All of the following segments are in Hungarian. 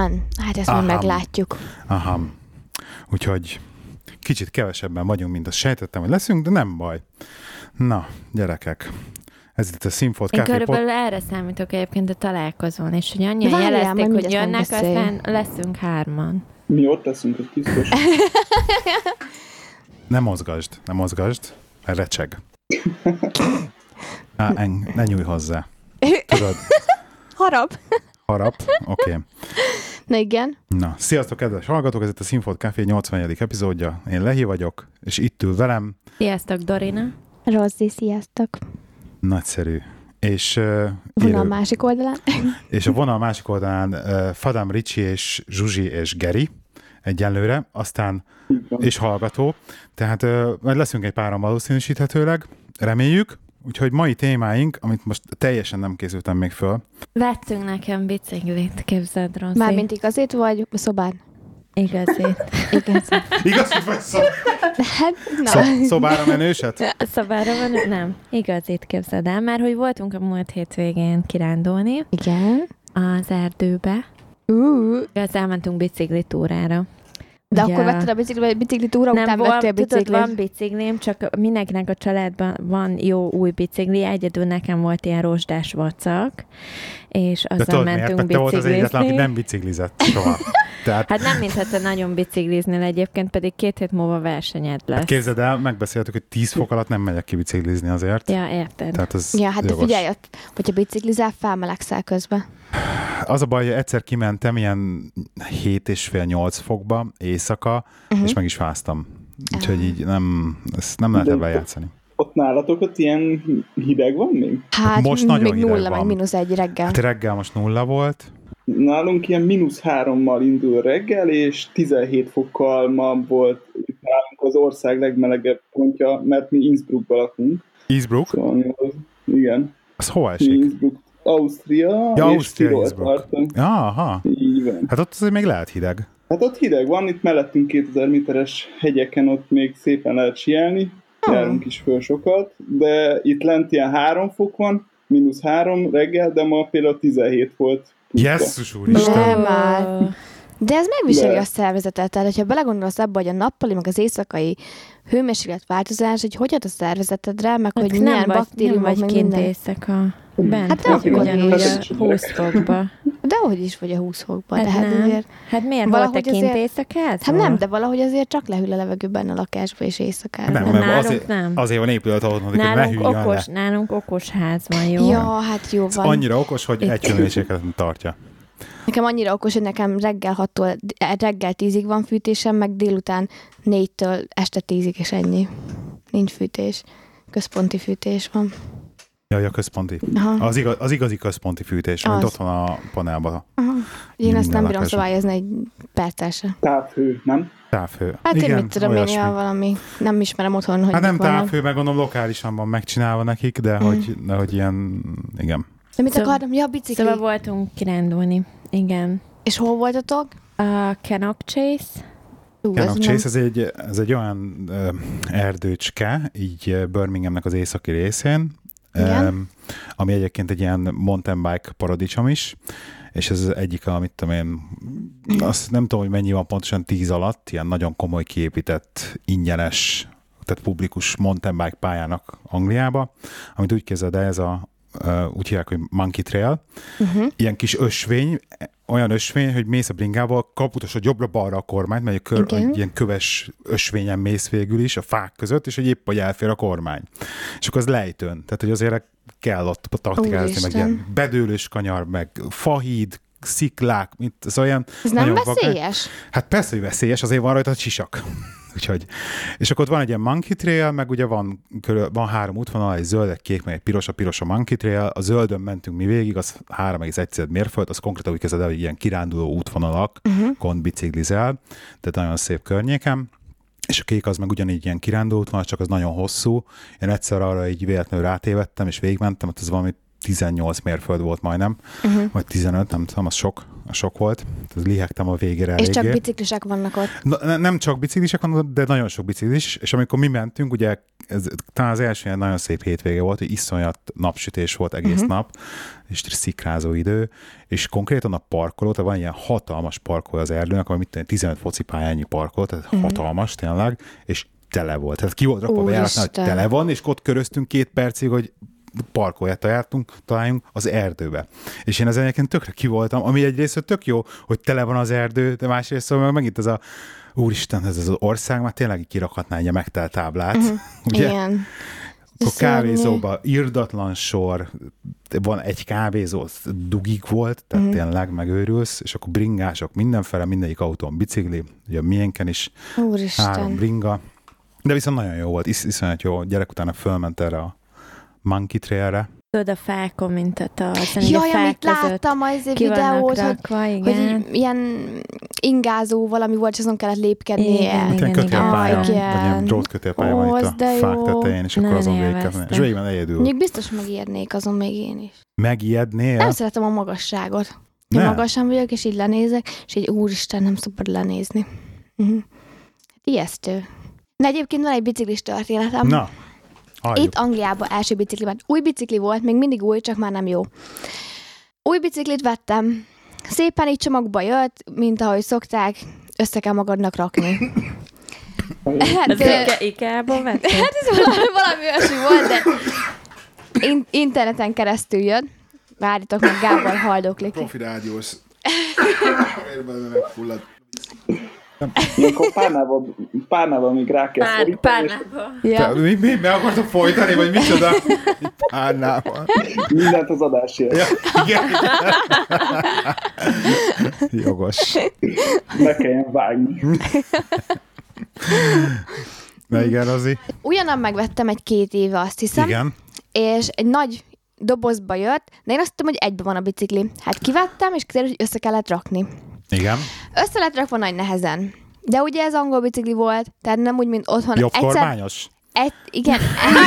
Igen? Hát ezt majd meglátjuk. Aha. Úgyhogy kicsit kevesebben vagyunk, mint azt sejtettem, hogy leszünk, de nem baj. Na, gyerekek. Ez itt a Színfolt Én Café körülbelül erre számítok egyébként a találkozón, és hogy annyian jelezték, hogy jönnek, aztán leszünk 3-an. Mi ott leszünk, ez biztos. Ne mozgasd, mert recseg. Ne nyújj hozzá. Tudod? Harap, oké. Na igen. Na, sziasztok, kedves hallgatók, ez itt a Színfolt Café 80. epizódja. Én Lehi vagyok, és itt ül velem. Sziasztok, Dorina. Rozi, sziasztok. Nagyszerű. És vonal másik oldalán. És a vonal másik oldalán Fadam, Ricsi és Zsuzsi és Geri egyenlőre, aztán és hallgató. Tehát majd leszünk egy páran valószínűsíthetőleg, reméljük. Úgyhogy mai témáink, amit most teljesen nem készültem még föl. Vettünk nekem biciklit, képzeld, Rozi. Mármint igazit, vagy a szobán? Igazit. Igazit vagy Hát, na. Szobára menőset? Szobára menő? Nem. Igazit képzeld el, mert hogy voltunk a múlt hétvégén kirándulni. Igen. Az erdőbe. Az elmentünk biciklitúrára. De ugye, akkor vetted a bicikli túra után vettél biciklit? Tudod, van biciklim, csak mindenkinek a családban van jó új bicikli, egyedül nekem volt ilyen rozsdás vacak, és azzal mentünk biciklizni. Te volt az egyetlen, aki nem biciklizett soha. Tehát... Hát nem, mintha te nagyon bicikliznél egyébként, pedig 2 hét múlva versenyed lesz. Hát képzeld el, megbeszéltük, hogy 10 fok alatt nem megyek ki biciklizni azért. Ja, érted. Tehát ez ja, hát jogos. figyelj, hogyha biciklizel, felmelegszel közben. Az a baj, hogy egyszer kimentem ilyen 7,5-8 fokba éjszaka, és meg is fáztam. Úgyhogy így ezt nem lehet ebben játszani. Ott nálatok ott ilyen hideg van még? Hát most nagyon még hideg 0, van. meg -1 reggel. Hát reggel most 0 volt. Nálunk ilyen -3-mal indul reggel, és 17 fokkal ma volt nálunk az ország legmelegebb pontja, mert mi Innsbruckban lakunk. Innsbruck? Szóval, igen. Az hova esik? Innsbruck, Ausztria, ja, és Tirol tartom. Aha. Így van. Hát ott azért még lehet hideg. Hát ott hideg van, itt mellettünk 2000 méteres hegyeken ott még szépen lehet síelni, járunk is föl sokat, de itt lent ilyen 3 fok van, -3 reggel, de ma például 17 volt. Jesszus úristen! Nem már. De ez megviseli a szervezetet, tehát hogyha belegondolsz abba, hogy a nappali, meg az éjszakai hőmérséklet változás, hogy hogy ad a szervezetedre, meg hát hogy milyen baktériumok, vagy meg kint minden. éjszaka. Bent hát vagy ugyanúgy a 20 fokba. De hogy is vagy a 20 fokba. Hát de hát nem. azért hát miért volt te kint éjszakázol? Hát nem, de valahogy azért csak lehűl a levegő benne a lakásba és éjszakára. Nem, nálunk nem. Azért van épület, ahol mondjuk, hogy ne hűljön le. Nálunk okos ház van, jó? Ja, hát jó van. Annyira okos, hogy egy hőmérsékletet tartja. Nekem annyira okos, hogy nekem reggel 6-tól reggel 10-ig van fűtésem, meg délután 4-től este 10-ig, és ennyi. Nincs fűtés. Központi fűtés van. Jaj, a központi. Az igazi központi fűtés, mint otthon a panelban. Én ezt nem bírom szabályozni egy perccel se. Távhő, nem? Távhő. Hát igen, én mit tudom, én valami, nem ismerem otthon, hogy hát nem vannak. távhő, meg gondolom lokálisan van megcsinálva nekik, de hogy ilyen, igen. De mit akartam? Ja, bicikli. Szóval voltunk kirándulni, igen. És hol voltatok? A Cannock Chase. Cannock Chase, ez egy olyan erdőcske, így Birminghamnek az északi részén, ami egyébként egy ilyen mountain bike paradicsom is, és ez az egyik, amit tudom én, azt nem tudom, hogy mennyi van pontosan 10 alatt, ilyen nagyon komoly kiépített, ingyenes, tehát publikus mountain bike pályának Angliába, amit úgy képzeld el, ez úgy hívják, hogy Monkey Trail, ilyen kis ösvény, olyan ösvény, hogy mész a bringával, kaputasod jobbra-balra a kormányt, mert egy ilyen köves ösvényen mész végül is a fák között, és hogy épp hogy elfér a kormány. És akkor az lejtőn. Tehát, hogy azért kell ott taktikázni, meg ilyen bedőlős kanyar, meg fahíd, sziklák, szóval ilyen... Ez nem veszélyes? Hát persze, hogy veszélyes, azért van rajta a sisak. Úgyhogy. És akkor ott van egy ilyen Monkey Trail, meg ugye van 3 útvonal, egy zöld, egy kék, meg egy piros, a piros a Monkey Trail. A zöldön mentünk mi végig, az 3,1 mérföld, az konkrétan úgy kezded el, hogy ilyen kiránduló útvonalak, biciklizel, tehát nagyon szép környéken. És a kék az meg ugyanígy ilyen kiránduló útvonal, csak az nagyon hosszú. Én egyszer arra így véletlenül rátévedtem, és végigmentem, hát ez valami 18 mérföld volt majdnem, vagy 15, nem tudom, az sok. sok volt. Lihegtem a végére eléggé. És csak biciklisek vannak ott? Nem csak biciklisek vannak, de nagyon sok biciklis, és amikor mi mentünk, ugye talán az első ilyen nagyon szép hétvége volt, hogy iszonyat napsütés volt egész nap, és szikrázó idő, és konkrétan a parkoló, tehát van ilyen hatalmas parkoló az erdőnek, ami 15 focipályányi parkoló, tehát hatalmas tényleg, és tele volt. Tehát ki volt rakva bejáratnál, hogy tele van, és ott köröztünk 2 percig, hogy parkolját találjunk az erdőbe. És én ezen egyébként tökre ki voltam, ami egyrészt tök jó, hogy tele van az erdő, de másrészt meg megint ez a úristen, ez az ország már tényleg kirakhatná egy megtelt táblát. Ugye? Igen. Akkor kávézóban irdatlan sor, van egy kávézó, dugig volt, tehát tényleg megőrülsz, és akkor bringások mindenfele, mindegyik autón bicikli, ugye a miénken is Úristen. 3 bringa, de viszont nagyon jó volt, iszonyat jó, gyerek utána fölment erre a Monkey Trailre. Tudod, a fákon, mint a jaj, amit láttam az videót, hogy ilyen ingázó valami volt, és azon kellett lépkednie. Igen, kötélpálya, vagy ilyen drótkötélpálya van itt a fák tetején, és akkor azon végigkedni. És végigben egyedül. Mondjuk biztos megijednék azon még én is. Megijednél? Nem szeretem a magasságot. Én magasan vagyok, és így lenézek, és így úristen, nem szabad lenézni. Ijesztő. De egyébként van egy biciklis történetem. Na. Halljuk. Itt Angliában első bicikli, mert új bicikli volt, még mindig új, csak már nem jó. Új biciklit vettem, szépen így csomagba jött, mint ahogy szokták, össze kell magadnak rakni. Hát, IKEA-ból vettem? Hát ez valami olyasmi volt, de interneten keresztül jött. Várjatok meg, Gábor haldoklik. Profi rádiós. Ilyenkor párnával még rá kell szorítani. Ja. Mi meg akartok folytani, vagy micsoda? Párnával. Mindent az adásért. Ja, igen. Jogos. Ne kelljen vágni. Na igen, Rozi. Ugyanan megvettem egy 2 éve, azt hiszem. Igen. És egy nagy dobozba jött, de én azt hittem, hogy egyben van a bicikli. Hát kivettem, és kiderült, hogy össze kellett rakni. Igen. Össze lett rakva nagy nehezen. De ugye ez angol bicikli volt, tehát nem úgy, mint otthon. Jobb kormányos? Igen.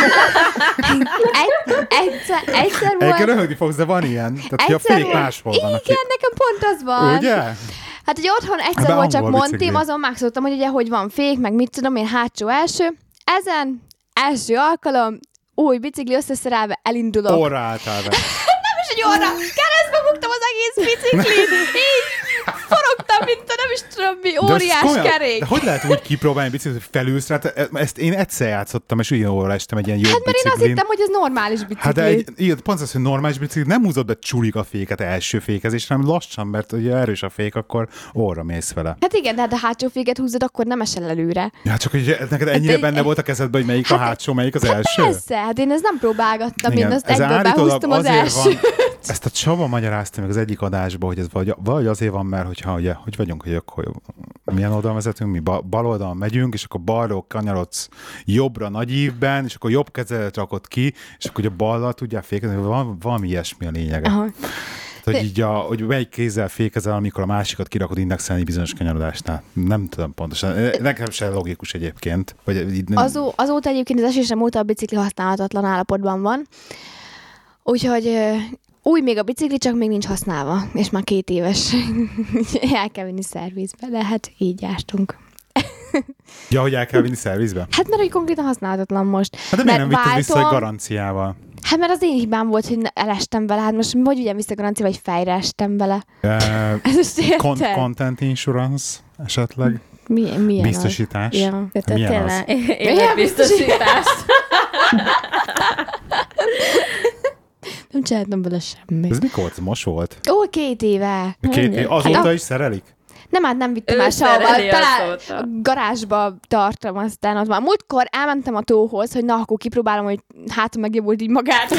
Egyszer volt. Egyébként röhögni fogsz, de van ilyen. Tehát, hogy a fék máshol van. Igen, nekem pont az van. Ugye? Hát, hogy otthon egyszer volt csak Montim, azon megszóltam, hogy ugye, hogy van fék, meg mit tudom én, hátsó első. Ezen első alkalom, új bicikli összeszerelve, elindulok. Orra álltál be. Nem is egy orra, keresztbe buktam az egész biciklit. Így forogtam, mint a nem is tudom mi, óriás kerék. De hogy lehet úgy kipróbálni biciklit, hogy felülsz rá? Ezt én egyszer játszottam, és ugyan óra estem egy ilyen jó biciklin. Hát mert én azt hittem, hogy ez normális bicikli. Hát pont az, hogy normális bicikli, nem húzod be csulik a féket első fékezésre, hanem lassan, mert ugye erős a fék, akkor óra mész vele. Hát igen, de hát a hátsó féket húzod, akkor nem esel előre. Ja, csak hogy neked ennyire benne volt a kezedben, hogy melyik a hátsó, melyik az első? Persze, hát én ezt nem próbálgattam, én azt egyből behúztam az első. Ezt a Csaba magyarázta meg az egyik adásban, hogy ez vagy azért van, mert hogyha ugye, hogy vagyunk, hogy milyen oldalon vezetünk, mi bal oldalon megyünk, és akkor balról kanyarodsz jobbra nagy ívben, és akkor jobb kezedet rakod ki, és akkor ugye ballal tudjál fékezni, hogy valami ilyesmi a lényege. Aha. Hogy így hogy melyik kézzel fékezel, amikor a másikat kirakod indexelni bizonyos kanyarodásnál. Nem tudom pontosan. Nekem sem logikus egyébként. Vagy azóta egyébként az esésem óta a bicikli használhatatlan állapotban van. Úgyhogy új még a bicikli, csak még nincs használva. És már 2 éves. El kell vinni szervizbe, de hát így jártunk. Ja, hogy el kell vinni szervizbe? Hát mert hogy konkrétan használhatatlan most. Hát de miért nem vitted vissza egy garanciával? Hát mert az én hibám volt, hogy elestem vele. Hát most hogy vigyem vissza garanciával, vagy fejre estem vele? Ez Content insurance esetleg? Milyen biztosítás? Ja. Milyen az? Életbiztosítás. Nem csináltam vele semmit. Ez mikor? Ez most volt? Ó, 2 éve. 2 éve? Azóta is szerelik? Nem, hát nem vittem el sehova. Talán a garázsba tartom, aztán ott már. Múltkor elmentem a tóhoz, hogy na, akkor kipróbálom, hogy hátul megjavult így magától.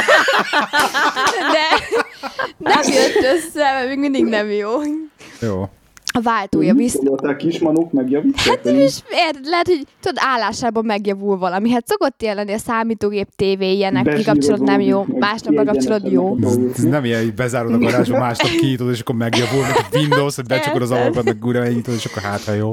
De nem jött össze, mert még mindig nem jó. Jó. A váltója vissza. Tudották kismanók megjavítják? Hát nem is lehet, hogy tudod, állásában megjavul valami. Hát szokott jelenni a számítógép, TV, ilyenek, kikapcsolod nem jó, másnap bekapcsolod jó. Ez nem ilyen, hogy bezárod a garázsba, másnap kinyitod, és akkor megjavul, meg a Windows, hogy becsukod az alapokat, meg újra megnyitod, és akkor hát, ha jó.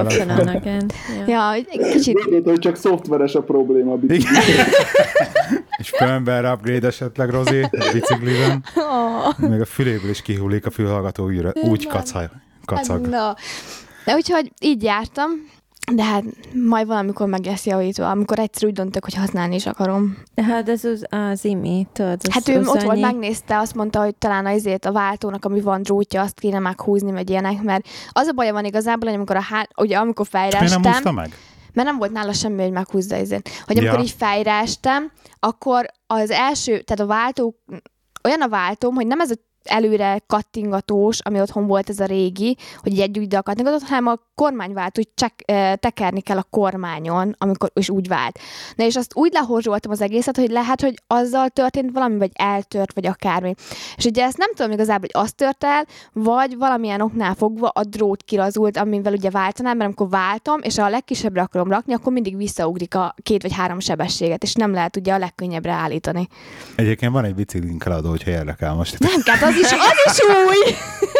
Ja, egy kicsit. Hogy csak szoftveres a probléma. egy firmware upgrade esetleg, Rozi, a bicikliben. Még a füléből is kihullik a fülhallgató újra. Úgy kacag. No. De úgyhogy így jártam, de hát majd valamikor meg lesz javítva, amikor egyszer úgy döntök, hogy használni is akarom. Hát ez az Imi, tudod? Hát ő ott volt, megnézte, azt mondta, hogy talán a váltónak, ami van drótja, azt kéne meghúzni, meg ilyenek, mert az a baja van igazából, hogy amikor fejrestem... nem húzta meg? Mert nem volt nála semmi, hogy meghúzza hogy amikor így fejrestem, akkor az első, tehát a váltó, olyan a váltóm, hogy nem ez a előre kattingatós, ami otthon volt ez a régi, hogy így együtt kattingatott, hanem a kormányvált, úgy tekerni kell a kormányon, amikor is úgy vált. Na és azt úgy lehorzsoltam az egészet, hogy lehet, hogy azzal történt valami, vagy eltört, vagy akármi. És ugye ezt nem tudom igazából, hogy az tört el, vagy valamilyen oknál fogva a drót kirazult, amivel ugye váltanám, mert amikor váltom, és a legkisebbre akarom rakni, akkor mindig visszaugrik a 2 vagy 3 sebességet, és nem lehet ugye a legkönnyebbre állítani. Egyébként van egy biciklink eladó, hogyha érdekel most. Nem, hát az is új!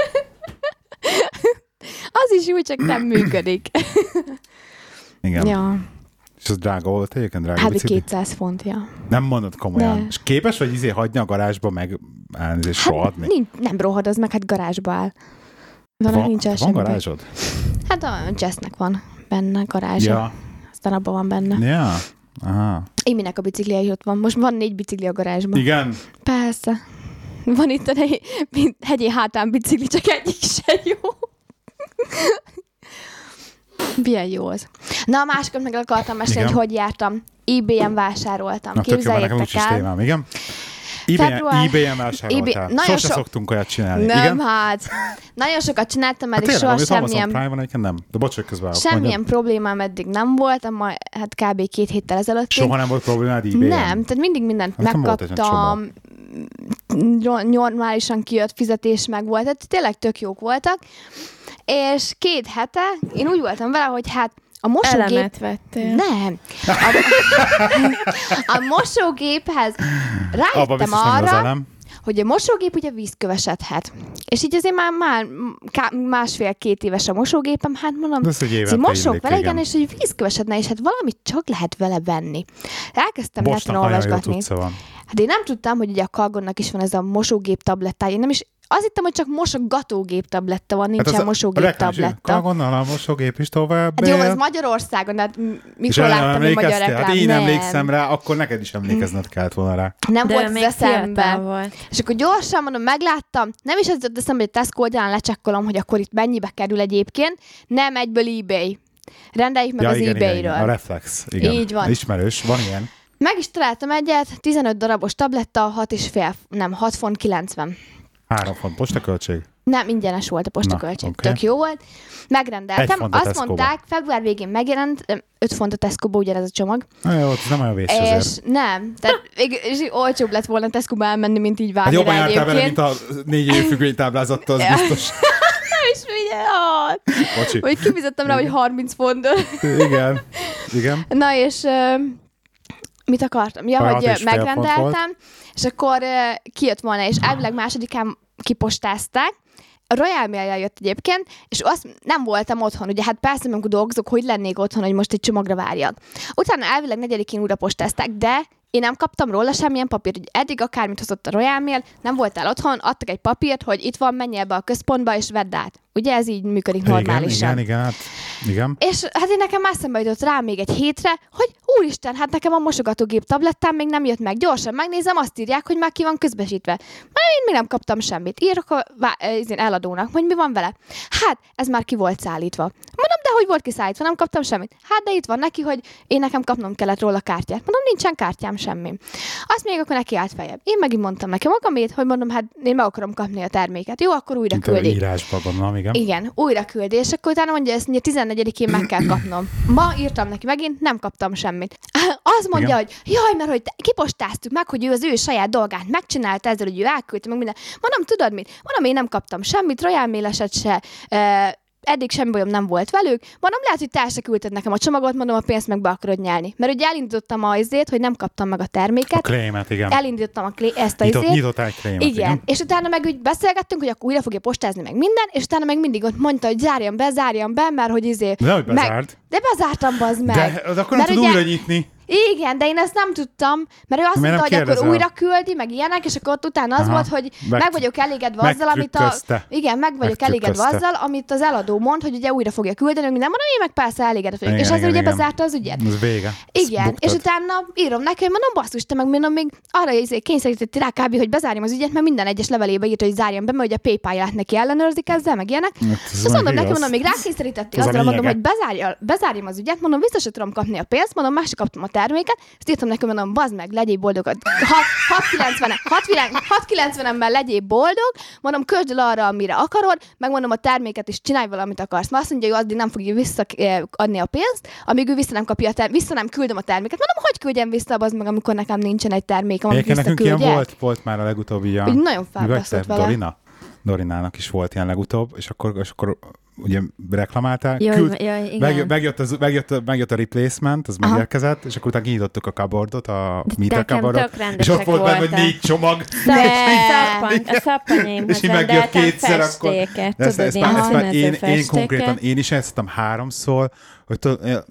Az is új, csak nem működik. Igen. Ja. És az drága volt egyébként? Hát 200 font, ja. Nem mondod komolyan. De. És képes vagy hagyni a garázsba, meg elnézést rohadni? Nem rohadoz meg, hát garázsba áll. Nincs van garázsod? Hát a Jessnek van benne garázsa. Ja. Aztán abban van benne. Ja. Aha. Iminek a biciklije is ott van. Most van 4 bicikli a garázsban. Igen? Persze. Van itt a hegyi hátán bicikli, csak egyik se jó. Milyen jó az. Na, a másikat meg akartam mesélni, hogy jártam. eBay-en vásároltam. Na, képzeljétek el. Témám, igen? eBay-en vásároltál. Sose szoktunk olyat csinálni. Nem, igen? Hát. Nagyon sokat csináltam, eddig soha semmilyen... nem. De bocs, hogy közben semmilyen problémám eddig nem volt, hát kb. 2 héttel ezelőtt. Soha nem volt problémád eBay-en? Nem, tehát mindig mindent megkaptam. Normálisan kijött fizetés meg volt, tehát tényleg tök jók voltak. És 2 hete én úgy voltam vele, hogy hát a mosógép... Elemet vettél. Nem. A mosógéphez rájöttem arra, hogy a mosógép ugye vízkövesedhet. És így azért már 1,5-2 éves a mosógépem, hát mondom, mosok vele, igen, és hogy vízkövesedne, és hát valamit csak lehet vele venni. Elkezdtem neten olvasgatni. Hát én nem tudtam, hogy ugye a Calgonnak is van ez a mosógép tablettája. Én nem is azt hittem, hogy csak mosogatógép tabletta van, nincsen hát mosógép tabletta. Calgonnal a mosógép is tovább. Hát jó, ez Magyarországon, de hát mikor láttam egy magyar reklám? Hát én emlékszem rá, akkor neked is emlékezned kellett volna rá. Nem de volt az eszembe. És akkor gyorsan mondom, megláttam, nem is az jutott eszembe, hogy a Tesco oldalán lecsekkolom, hogy akkor itt mennyibe kerül egyébként. Nem egyből eBay. Rendeljük meg az eBay-ről. Igen. A Reflex, igen. Így van. Ismerős, van ilyen. Meg is találtam egyet, 15 darabos tabletta, 6 font 90. 3 font postaköltség? Nem, ingyenes volt a postaköltség. Okay. Tök jó volt. Megrendeltem. Azt mondták, február végén megjelent, 5 font a Tesco-ba ugyanez a csomag. Jó, ez nem olyan vészes és azért. Nem. Tehát és olcsóbb lett volna Tesco-ba elmenni, mint így várni rá egyébként. Jobban jártál vele, mint a 4 év függvénytáblázattal, az biztos. És figyelj, hogy kifizettem rá, hogy 30 font. Igen. Na és... mit akartam? Ja, hogy megrendeltem, és akkor kijött volna, és elvileg másodikán kipostázták. A Royal Mail-jel jött egyébként, és azt nem voltam otthon. Ugye hát persze, amikor dolgozok, hogy lennék otthon, hogy most egy csomagra várjak. Utána elvileg 4-én újra postázták, de én nem kaptam róla semmilyen papírt, hogy eddig akármit hozott a Royal Mail, nem voltál otthon, adtak egy papírt, hogy itt van, menj ebbe a központba, és vedd át. Ugye ez így működik normálisan. Igen. És hát én nekem eszembe jutott rá még egy hétre, hogy úristen, hát nekem a mosogatógép tablettám még nem jött meg. Gyorsan megnézem, azt írják, hogy már ki van közbesítve. Már én még nem kaptam semmit. Írok az eladónak, hogy mi van vele. Hát, ez már ki volt szállítva. Mondom, de hogy volt kiszállítva, nem kaptam semmit. Hát, de itt van neki, hogy én nekem kapnom kellett róla kártyát. Mondom, nincsen kártyám semmi. Azt még akkor neki állt feljebb. Én megint mondtam neki magamét, hogy mondom, hát én meg akarom kapni a terméket. Jó, akkor újra küldik. Írásba gondolom, igen. Igen, újra küldi, és akkor utána mondja, ezt 14-én meg kell kapnom. Ma írtam neki megint, nem kaptam semmit. Az mondja, hogy jaj, mert hogy kipostáztuk meg, hogy ő az ő saját dolgát megcsinálta ezzel, hogy ő elküldte meg minden. Mondom, tudod mit? Mondom, én nem kaptam semmit, Royal Mail-eset se, eddig semmi bajom nem volt velük. Mondom, lehet, hogy te se küldted nekem a csomagot, mondom, a pénzt meg be akarod nyelni. Mert ugye elindítottam azért, hogy nem kaptam meg a terméket. A claimet, igen. Elindítottam ezt a izét. Nyitottál egy claimet, igen. És utána meg úgy beszélgettünk, hogy akkor újra fogja postázni meg minden, és utána meg mindig ott mondta, hogy zárjam be, mert hogy De hogy bezárt. De bezártam, bazd meg. De akkor nem tud újra nyitni. Igen, de én ezt nem tudtam, mert ő azt mondta, hogy akkor újra küldi, meg ilyenek, és akkor ott utána az volt, hogy meg vagyok elégedve azzal, amit az eladó mond, hogy ugye újra fogja küldeni, hogy minden, mondom, én meg persze elégedett vagyok. És ezzel ugye bezárta az ügyet. Ez vége. Igen, és utána írom neki, hogy mondom, basszus, te meg mondom, még arra kényszerítettél rá kb., hogy bezárjam az ügyet, mert minden egyes levelébe írt, hogy zárjam be, mert ugye a PayPal-ját neki ellenőrzik ezzel, meg ilyenek. És azt mondom neki, mondom, még rákényszerítettél azzal, mondom, hogy bezárjam az ügyet, mondom, biztos, hogy tudom kapni a pénzt, mondom, másik kaptam a terméket, ezt írtam neki, mondom, bazd meg, legyél boldog, 690-en legyél boldog, mondom, költsd el arra, amire akarod, megmondom a terméket, és csinálj valamit akarsz. Mert azt mondja, hogy addig nem fogja visszaadni a pénzt, amíg ő vissza nem kapja vissza nem küldöm a terméket. Mondom, hogy küldjem vissza, bazd meg, amikor nekem nincsen egy termékem, amit visszaküldjek. Nekünk ilyen volt már a legutóbbi ilyen. Nagyon felbaszott vele. Dorinának is volt ilyen legutóbb, és akkor ugye reklamáltál, megjött a replacement, az megérkezett, és akkor utána kinyitottuk a cupboardot, a meter cupboardot, és ott volt benne, hogy 4 csomag. A szappanémhoz rendeltem festéket, én konkrétan, én is ezt 3-szor, hogy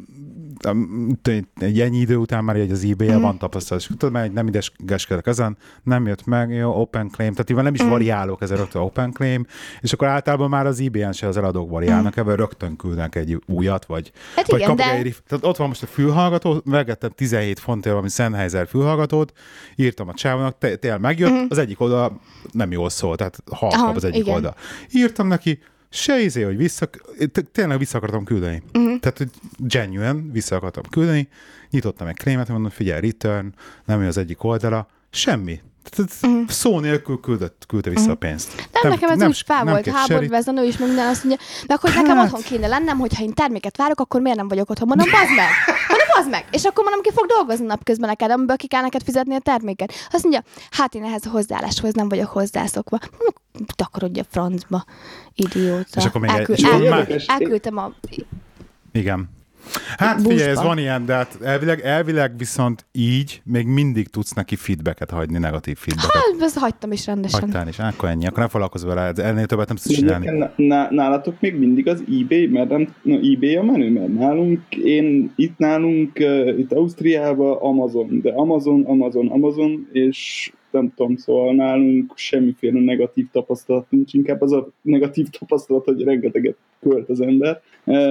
egy ennyi idő után már az eBay-el van tapasztalat, és tudod, mert nem ideskedek ezen, nem jött meg, jó, open claim, tehát én nem is variálok ezzel rögtön open claim, és akkor általában már az eBay-en se az eladók variálnak, ebben rögtön küldnek egy újat, vagy kapok egy... Tehát ott van most a fülhallgató, megvettem 17 fontért valami Sennheiser fülhallgatót, írtam a csávónak, tényleg megjött, az egyik oldal nem jól szól, tehát halkabb az egyik oldal. Írtam neki, hogy tényleg vissza akartam küldeni. Tehát, hogy genuine vissza akartam küldeni, nyitottam egy claimet, mondom, figyelj, return, nem az egyik oldala, semmi. Szó nélkül küldte vissza a pénzt. De nekem ez úgy fel volt háborúba, ez a nő is, meg minden azt mondja, meg hogy nekem otthon kéne lennem, hogyha én terméket várok, akkor miért nem vagyok otthon? Mondom, bazd meg! És akkor mondom, ki fog dolgozni napközben neked, amiből ki kell neked fizetni a terméket. Azt mondja, hát én ehhez a hozzáálláshoz nem vagyok hozzászokva. Takarodj a francba, idióta. És akkor még elküldtem a... Igen. Hát figyelj, ez van ilyen, de hát elvileg viszont így még mindig tudsz neki feedbacket hagyni, negatív feedbacket. Hát, ezt hagytam is rendesen. Hagytál is, akkor ennyi, akkor ne foglalkozz vele, ennél többet nem tudsz csinálni. Nálatok még mindig az eBay, mert nem, eBay a menő, mert nálunk itt Ausztriában Amazon, de Amazon, és nem tudom, szóval nálunk semmiféle negatív tapasztalat nincs, inkább az a negatív tapasztalat, hogy rengeteget költ az ember.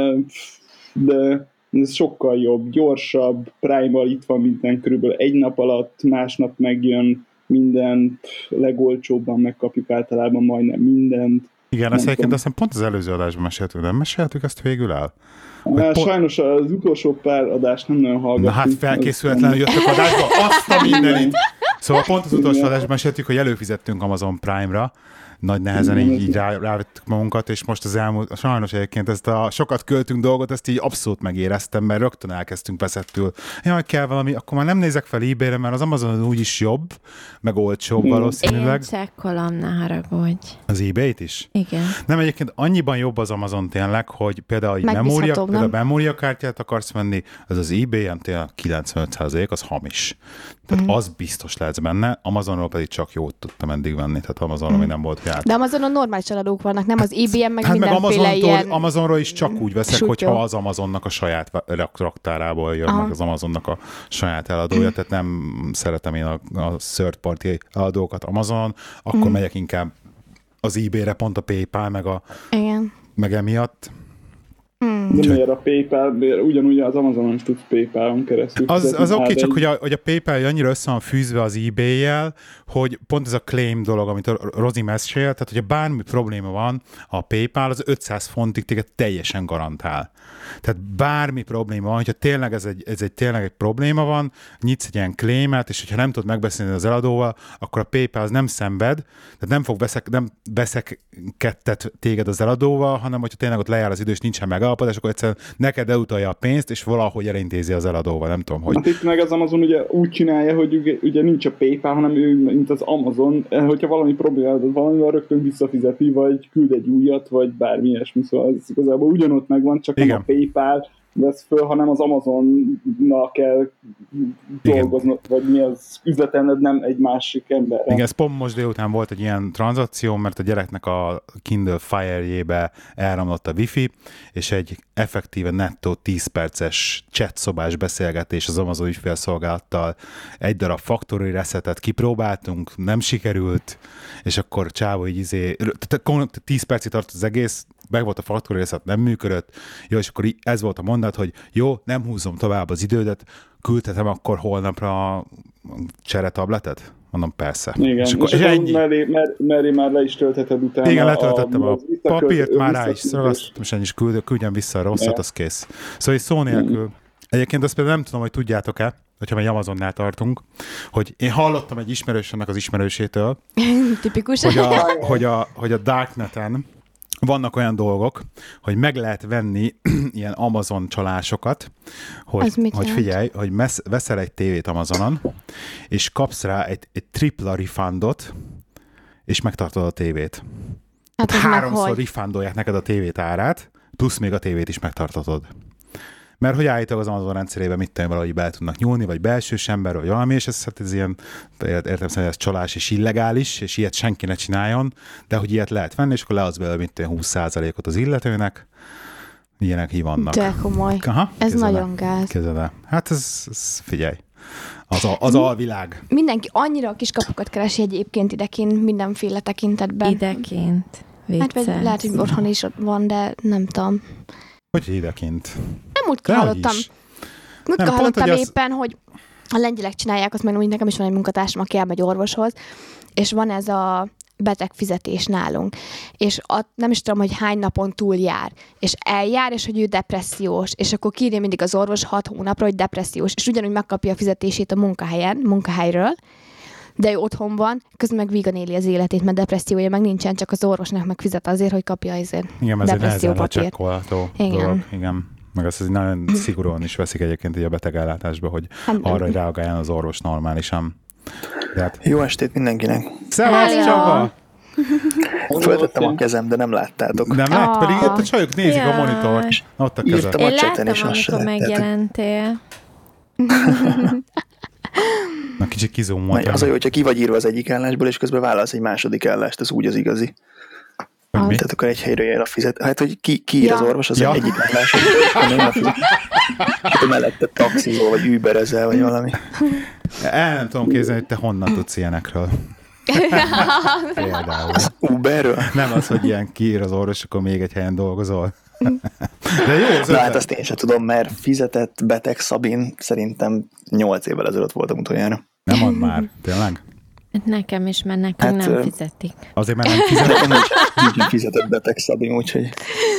De ez sokkal jobb, gyorsabb, Prime-val itt van minden körülbelül egy nap alatt, másnap megjön minden, legolcsóbban megkapjuk általában majdnem mindent. Igen, ezt egyébként aztán pont az előző adásban meséltük, nem meséltük ezt végül el? Sajnos az utolsó pár adást nem nagyon hallgattunk. Na hát felkészületlenül jöttök adásba, azt a mindenit! Szóval pont az utolsó adásban meséltük, hogy előfizettünk Amazon Prime-ra, nagy nehezen így rávettük magunkat, és most az elmúlt, sajnos egyébként ezt a sokat költünk dolgot, ezt így abszolút megéreztem, mert rögtön elkezdtünk veszettül. Jaj, kell valami, akkor már nem nézek fel eBay-re, mert az Amazonon úgyis jobb, meg olcsóbb valószínűleg. Én csekkolom, ne haragudj. Az eBay-t is? Igen. Nem, egyébként annyiban jobb az Amazon tényleg, hogy például a memóriakártyát akarsz venni, az eBay-en tényleg 95% az hamis. Tehát az biztos lehetsz benne, Amazonról pedig csak jót tudtam eddig venni, tehát Amazonról még nem volt jár. De Amazonon normális eladók vannak, nem az eBay-en, meg mindenféle ilyen... Amazonról is csak úgy veszek, hogyha az Amazonnak a saját raktárából jön meg az Amazonnak a saját eladója, tehát nem szeretem én a third party eladókat Amazonon, akkor megyek inkább az eBay-re, pont a PayPal, meg emiatt. De miért a PayPal, ugyanúgy az Amazonon is tudsz PayPal-on keresztül. Az oké, csak hogy a PayPal annyira össze van fűzve az eBay-jel, hogy pont ez a claim dolog, amit a Rozi mesél, tehát hogyha bármi probléma van, a PayPal az 500 fontig téged teljesen garantál. Tehát bármi probléma van, hogyha tényleg ez egy tényleg egy probléma van, nyitsz egy ilyen claimet, és hogyha nem tudod megbeszélni az eladóval, akkor a PayPal az nem szenved, tehát nem beszekkedtet téged az eladóval, hanem hogyha tényleg ott lejár az idő, és nincsen megállapodás, akkor egyszerűen neked elutalja a pénzt, és valahogy elintézi az eladóval, nem tudom, hogy. Hát itt meg az Amazon ugye úgy csinálja, hogy ugye nincs a PayPal, hanem ő, mint az Amazon, hogyha valami probléma van, valamivel rögtön visszafizeti, vagy küld egy újat, vagy bármi ilyesmi, szóval ez igazából ugyanott megvan, csak nem a PayPal vesz föl, hanem az Amazonnal kell dolgoznod, vagy mi az üzletelned, nem egy másik emberre. Igen, ez pont most délután volt egy ilyen tranzakció, mert a gyereknek a Kindle Fire-jébe elromlott a Wi-Fi, és egy effektíve nettó 10 perces chatszobás beszélgetés az Amazon ügyfélszolgálattal, egy darab factory resetet kipróbáltunk, nem sikerült, és akkor csávó így 10 percig tart az egész, meg volt a factory reset, nem működött, jó, és akkor ez volt a mondat, hogy jó, nem húzom tovább az idődet, küldhetem akkor holnapra a cseretabletet? Mondom, persze. Igen, és akkor Meri már le is töltheted utána. Igen, letöltöttem a papírt, már rá is szagasztottam, és ennyi is küldjem vissza a rosszat, az kész. Szóval egy szó nélkül. Egyébként azt például nem tudom, hogy tudjátok-e, hogyha egy Amazonnál tartunk, hogy én hallottam egy ismerősömnek az ismerősétől, tipikus, hogy a Darkneten vannak olyan dolgok, hogy meg lehet venni ilyen Amazon csalásokat, hogy figyelj, hogy veszel egy tévét Amazonon, és kapsz rá egy tripla refundot, és megtartod a tévét. Hát 3-szor refundolják neked a tévét árát, plusz még a tévét is megtartatod. Mert hogy állítólag az Amazon rendszerében mit tenni, valahogy bele tudnak nyúlni, vagy belsős ember, vagy valami, és ez ilyen, értem szerint ez csalás és illegális, és ilyet senki ne csináljon, de hogy ilyet lehet venni, és akkor leadsz belőle 20%-ot az illetőnek, ilyenek így vannak. De komoly. Aha, ez nagyon gáz. Kezele. Hát ez figyelj. Az alvilág. Mindenki annyira a kiskapukat keresi egyébként idekint, mindenféle tekintetben. Idekint. Vicces. Hát lehet, hogy otthon is van, de nem tudom. Hogy idekint? Múltkor hallottam éppen, hogy a lengyelek csinálják, azt meg úgy nekem is van egy munkatársam, aki elmegy orvoshoz, és van ez a betegfizetés nálunk. És nem is tudom, hogy hány napon túl jár. És eljár, és hogy ő depressziós. És akkor kírja mindig az orvos 6 hónapra, hogy depressziós. És ugyanúgy megkapja a fizetését a munkahelyről, de ő otthon van, közben meg vígan éli az életét, mert depressziója meg nincsen, csak az orvosnak megfizet azért, hogy kapja azért depressziópapírt. Igen. Igen. Meg azt nagyon szigorúan is veszik egyébként így a betegellátásba, hogy arra, hogy reagáljon az orvos normálisan. Hát... Jó estét mindenkinek! Szevasz, Csaba! Föltettem a kezem, de nem láttátok. Nem lát? Pedig itt a csajok nézik a monitort. Ott a kezem. Írtam a cseten, és azt sem megjelentél. Na, kicsit kizoomolt. Az a jó, hogyha ki vagy írva az egyik állásból, és közben válasz egy második állást, ez úgy az igazi. Tehát akkor egy helyre jár a fizet. Hát, hogy ki ír az orvos, az egyik állásból. Hát mellette taxizol, vagy überezel, vagy valami. Nem tudom képzelni, hogy te honnan tudsz ilyenekről. Például. Az Uberről? Nem az, hogy ilyen kiír az orvos, akkor még egy helyen dolgozol. De jó, hát azt én sem tudom, mert fizetett beteg Szabin szerintem 8 évvel ezelőtt voltam utoljára. Nem mond már, tényleg? Nekem is, mert nekünk nem fizetik. Azért, mert nem fizetik? Nincs fizetett beteg Szabin, úgyhogy...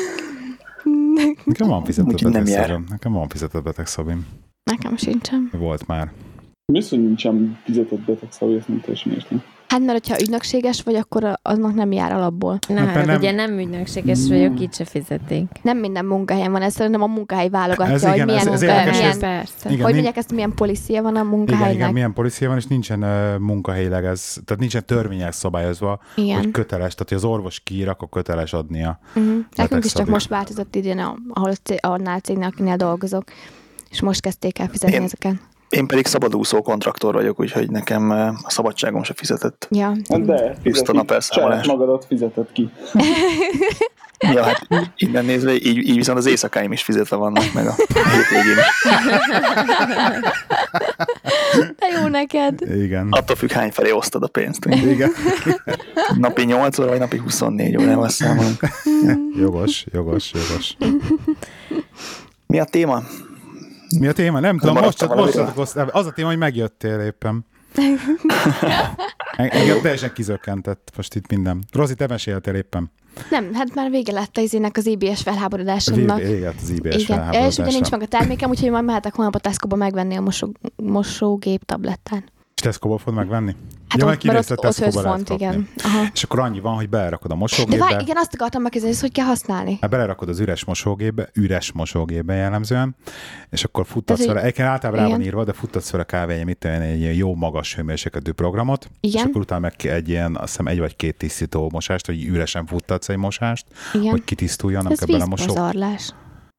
Nekem van fizetett beteg Szabin. Nekem van fizetett beteg Szabin. Nekem sincsen. Volt már. Viszont nincsen fizetett beteg Szabin, ezt nem teljesen értem. Hát mert hogyha ügynökséges vagy, akkor aznak nem jár alapból. Ugye nem ügynökséges vagyok, így se fizetik. Nem minden munkahelyen van, ez szerintem a munkahely válogatja, ez hogy igen, hogy mondják ezt, milyen policia van a munkahelynek. Igen, milyen policia van, és nincsen munkahelyileg ez, tehát nincsen törvényel szabályozva, hogy köteles, tehát hogy az orvos kiír, akkor köteles adnia. Nekünk is csak most változott idén, annál cégnél, akinél dolgozok, és most kezdték el fizetni ezeket. Én pedig szabadúszó kontraktor vagyok, úgyhogy nekem a szabadságom se fizetett. Ja. De saját magadat fizetett ki. Ja, hát innen nézve, így viszont az éjszakáim is fizetve vannak, meg a hétvégén is. De jó neked. Igen. Attól függ, hány felé osztod a pénzt. Igen. Napi 8 óra, vagy napi 24 órával számolunk. Jogos. Mi a téma? Nem tudom, most az a téma, hogy megjöttél éppen. Engem teljesen kizökkentett most itt minden. Rozi, te meséltél éppen. Nem, hát már vége lett az IBS felháborodásomnak. Vége az IBS felháborodásra. És ugye nincs meg a termékem, úgyhogy majd mehetek holnap a Tesco-ba megvenni a mosógép tablettán. És Tesco-ba fogod megvenni? Hát ott font, igen. Aha. És akkor annyi van, hogy belerakod a mosógépbe. De igen, azt akartam megkezdeni, hogy kell használni. Hát belerakod az üres mosógépbe jellemzően, és akkor futtatsz vele, általában rá van írva, de futtatsz vele egy jó magas hőmérsékletű programot, igen. És akkor utána meg egy ilyen, azt hiszem 1 vagy 2 tisztító mosást, hogy üresen futtatsz egy mosást, igen. hogy kitisztuljon, nem kell belemosog. Ez vízpazarlás.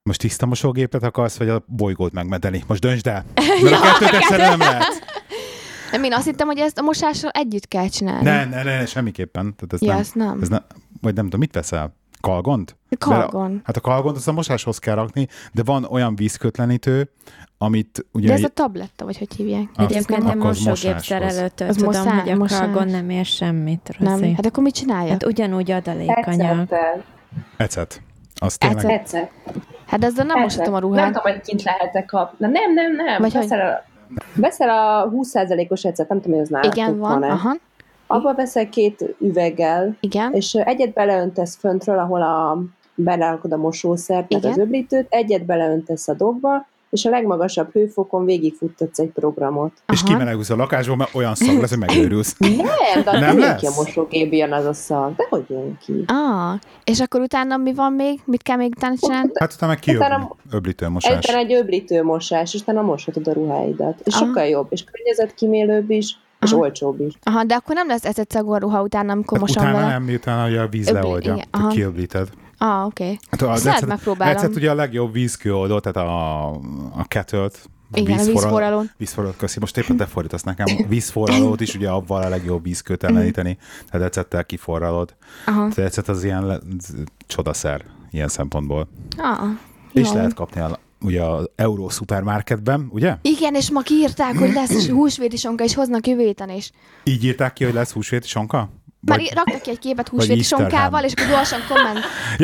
Most tiszta mosógépet akarsz, vagy a bolygót megmenteni? Most döntsd el. Mert a kettőt egyszerűen nem lehet. Nem, én azt hittem, hogy ezt a mosással együtt kell csinálni. Ne, semmiképpen. Tehát ez nem. Vagy nem tudom, mit veszel? Kalgont? Kalgon. Hát a kalgont azt a mosáshoz kell rakni, de van olyan vízkötlenítő, amit ugye... De ez a tabletta, vagy hogy hívják? Egyébként én mosógép szerelőtől tudom, hogy a kalgon nem ér semmit. Nem. Hát akkor mit csinálja? Hát ugyanúgy adalékanyag. Ecet. Az tényleg... Ecet. Hát ezzel nem mosatom a ruhát. Nem tudom, hogy kint lehet-e kapni. Nem. Vagy veszel a 20%-os ecet, nem tudom, hogy az nálatok igen, van. Aha. Abba veszel 2 üveggel, igen. És egyet beleöntesz föntről, ahol belerakod a mosószert, tehát az öblítőt, egyet beleöntesz a dobba, és a legmagasabb hőfokon végigfuttatsz egy programot. És kimenekülsz a lakásból, mert olyan szag lesz, hogy megőrülsz. Nem, de nem jön ki a mosógépben az a szag. De hogy jön ki? És akkor utána mi van még? Mit kell még utána csinálni? Hát utána meg öblítőmosás. Utána egy öblítőmosás, és utána moshatod a ruháidat. És sokkal jobb, és környezetkímélőbb is, és olcsóbb is. Aha, de akkor nem lesz ecetszagú a ruha utána, amikor mosom vele? Utána nem, miután a víz leoldja, kiöblíted. Oké. Hát megpróbálom. Ecet ugye a legjobb vízkőoldó, tehát a kettőt. Igen, a vízforraló. Vízforralót, köszi. Most éppen te fordítasz nekem. Vízforralót is ugye abban a legjobb vízkőt elleníteni, tehát ecettel kiforralod. Tehát ecet az ilyen csodaszer ilyen szempontból. És lehet kapni ugye az Euro Supermarketben, ugye? Igen, és ma kiírták, hogy lesz húsvéti sonka, és hoznak jövő héten is. Így írták ki, hogy lesz húsvéti sonka? Már raktak ki egy képet húsvéti sonkával, és akkor gyorsan komment.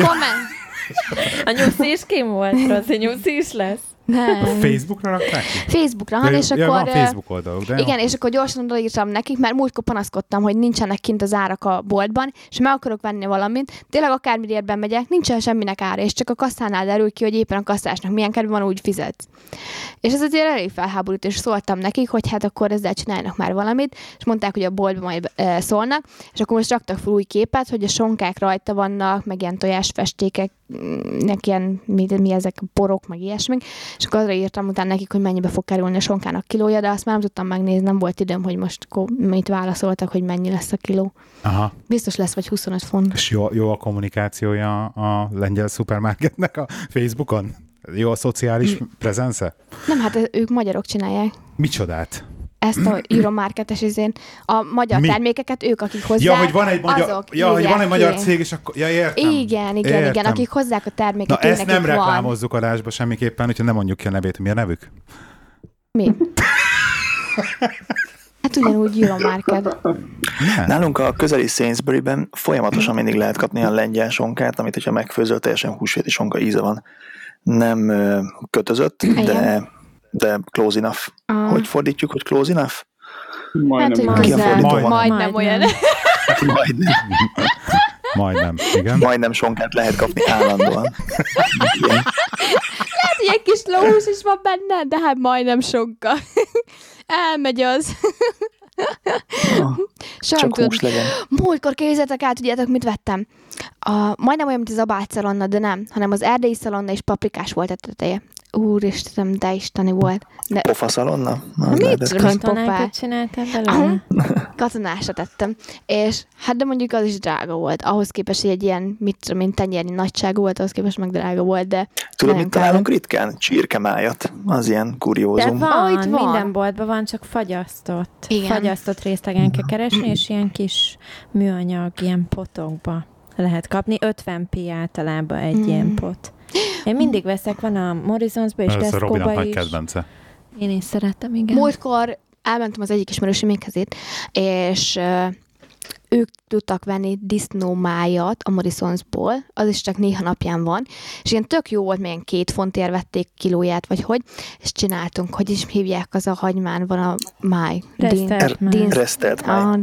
A nyuszi is kim volt, Rozi, nyuszi is lesz. Nem. A Facebookra rakták ki? Facebookra, és akkor... van Facebook oldaluk, de igen, és akkor gyorsan odaírtam nekik, mert múltkor panaszkodtam, hogy nincsenek kint az árak a boltban, és meg akarok venni valamit. Tényleg akármilyenben megyek, nincsen semminek ára, és csak a kasszánál derül ki, hogy éppen a kasszásnak milyen kedve van, úgy fizetsz. És ez azért elég felháborító, és szóltam nekik, hogy hát akkor ezzel csinálnak már valamit, és mondták, hogy a boltban majd szólnak, és akkor most raktak fel új képet, hogy a sonkák rajta vannak, meg ilyen tojásfestékek, ilyen, mi ezek, porok, meg ilyesmik, és akkor arra írtam utána nekik, hogy mennyibe fog kerülni a sonkának kilója, de azt már nem tudtam megnézni, nem volt időm, hogy most mit válaszoltak, hogy mennyi lesz a kiló. Aha. Biztos lesz vagy 25 font. És jó a kommunikációja a lengyel szupermarketnek a Facebookon? Jó a szociális prezence? Nem, hát ők magyarok csinálják. Micsodát? Ezt a Euromarketes izén. A magyar termékeket ők, akik hozzák, ja, hogy van egy magyar, hogy van egy magyar cég, és akkor... Ja, értem. Igen, akik hozzák a terméket. Na, ezt nem reklámozzuk adásba semmiképpen, úgyhogy nem mondjuk ki a nevét. Mi a nevük? Mi? Hát ugyanúgy Euromarket. Nálunk a közeli Sainsburyben folyamatosan mindig lehet kapni a lengyel sonkát, amit hogyha megfőzöl, teljesen húsvéti sonka íze van. Nem kötözött, de close enough. Hogy fordítjuk, hogy close enough? Majdnem olyan. Majdnem, igen. Majdnem sonkát lehet kapni állandóan. Lehet, hogy egy kis lóhús is van benne, de hát majdnem sonka. Elmegy az. Csak hús legyen. Múltkor képzeljétek el, tudjátok, mit vettem? Majdnem olyan, mint az abátszalonna, de nem, hanem az erdélyi szalonna és paprikás volt a teteje. Úristen, de isteni volt. De... Pofaszalonna? Mit katonákat csináltál belőle? Katonásra tettem. És hát de mondjuk az is drága volt. Ahhoz képest, hogy egy ilyen, mint tenyérnyi nagyságú volt, ahhoz képest meg drága volt, de... Tudod, mit találunk ritkán? Csirkemájat. Az ilyen kuriózum. De van, minden boltban van, csak fagyasztott. Igen. Fagyasztott részlegen kell keresni, és ilyen kis műanyag, ilyen potokba lehet kapni. 50p általában egy ilyen pot. Én mindig veszek, van a Morrisonsba és Tesco-ba is. Ez a Robinak nagy kedvence. Én is szeretem, igen. Múltkor elmentem az egyik ismerősömékhez, és ők tudtak venni disznómájat a Morrisonsból, az is csak néha napján van, és ilyen tök jó volt, milyen 2 fontért vették kilóját, vagy hogy, és csináltunk, hogy is hívják, az a hagymán van a máj. Resztelt máj.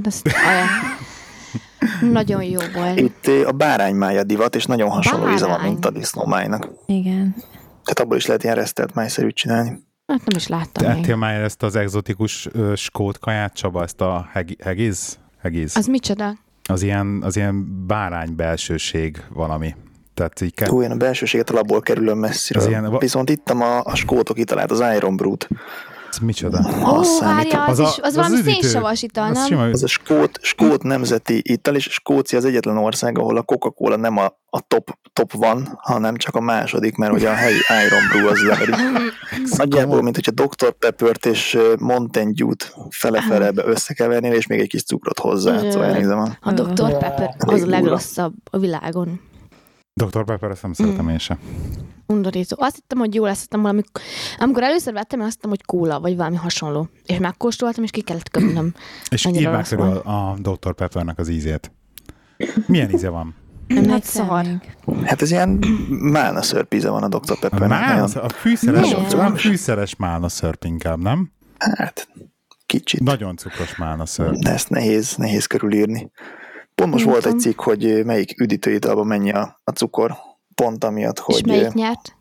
Nagyon jó volt. Itt a báránymája divat, és nagyon hasonló íze van, mint a disznómájnak. Igen. Tehát abból is lehet ilyen resztelt májszerűt csinálni. Hát nem is láttam. Te ettél már ezt az egzotikus skót kaját, Csaba, ezt a haggis? Az micsoda? Az ilyen bárány belsőség valami. Tehát így én a belsőséget alapból kerülöm messziről. Viszont ittam a skótok italát, az Iron Brew-t. Ez micsoda? Várja, az valami szénsavas ital, nem? Az a skót nemzeti ital, és Skócia az egyetlen ország, ahol a Coca-Cola nem a top van, hanem csak a második, mert ugye a helyi Iron Brew az leverik. Nagyjából, mint hogyha Dr. Peppert és Mountain Dew-t fele-felebe összekevernél, és még egy kis cukrot hozzá. Szóval a Dr. Pepper az a legrosszabb a világon. Dr. Pepper, ezt nem szeretem én sem. Undorító. Azt hittem, hogy jó lesz, amikor először vettem, azt hittem, hogy kóla, vagy valami hasonló. És megkóstoltam, és ki kellett köpnöm. És írd meg körül a Dr. Peppernek az ízét. Milyen íze van? Nem egy szar. Hát ez ilyen málna szörp íze van a Dr. Peppernek. A fűszeres málna szörp inkább, nem? Hát, kicsit. Nagyon cukros málna szörp. De ezt nehéz körülírni. Pont most volt egy cikk, hogy melyik üdítőitalban mennyi a cukor, pont amiatt, hogy... És melyik nyert?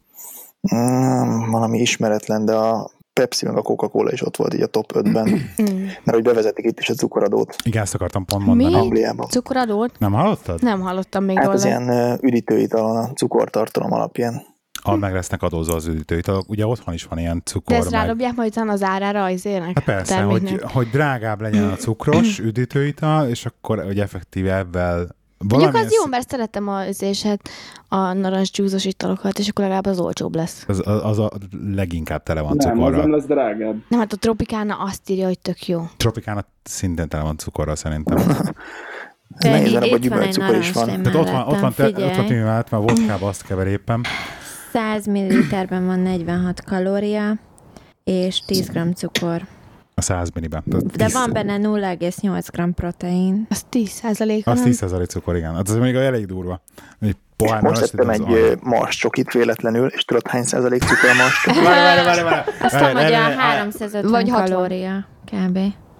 Valami ismeretlen, de a Pepsi meg a Coca-Cola is ott volt így a top 5-ben. Mert hogy bevezetik itt is a cukoradót. Igen, ezt akartam pont mondani. Angliában. Cukoradót? Nem hallottad? Nem hallottam még róla. Hát az ilyen üdítőitalon a cukortartalom alapján. Meg lesznek adózva az üdítőitalok. Ugye otthon is van ilyen cukor. De ezt rádobják majd az árára az ének? Hát persze, hogy drágább legyen a cukros üdítőital, és akkor hogy effektíve ebben mondjuk az jó, mert szeretem a narancsdzsúzos italokat, és akkor legalább az olcsóbb lesz. Az a leginkább tele van cukorral. Nem, az nem lesz drágább. Nem, hát a Tropicana azt írja, hogy tök jó. Tropicana szintén tele van cukorral szerintem. Ez nehéz, a gyümölcscukor is van. Tehát ott van mellett, mert vodkába azt kever éppen. 100 ml-ben van 46 kalória, és 10 g cukor. A 100 milliben. De van benne 0,8 g protein. Az 10%. Az 10% cukor, igen. Az még elég durva. Most tettem egy Mars csokit véletlenül, és tudod hány százalék cukor a Mars csokit? Várj. Azt mondom, hogy a 350 kalória kb.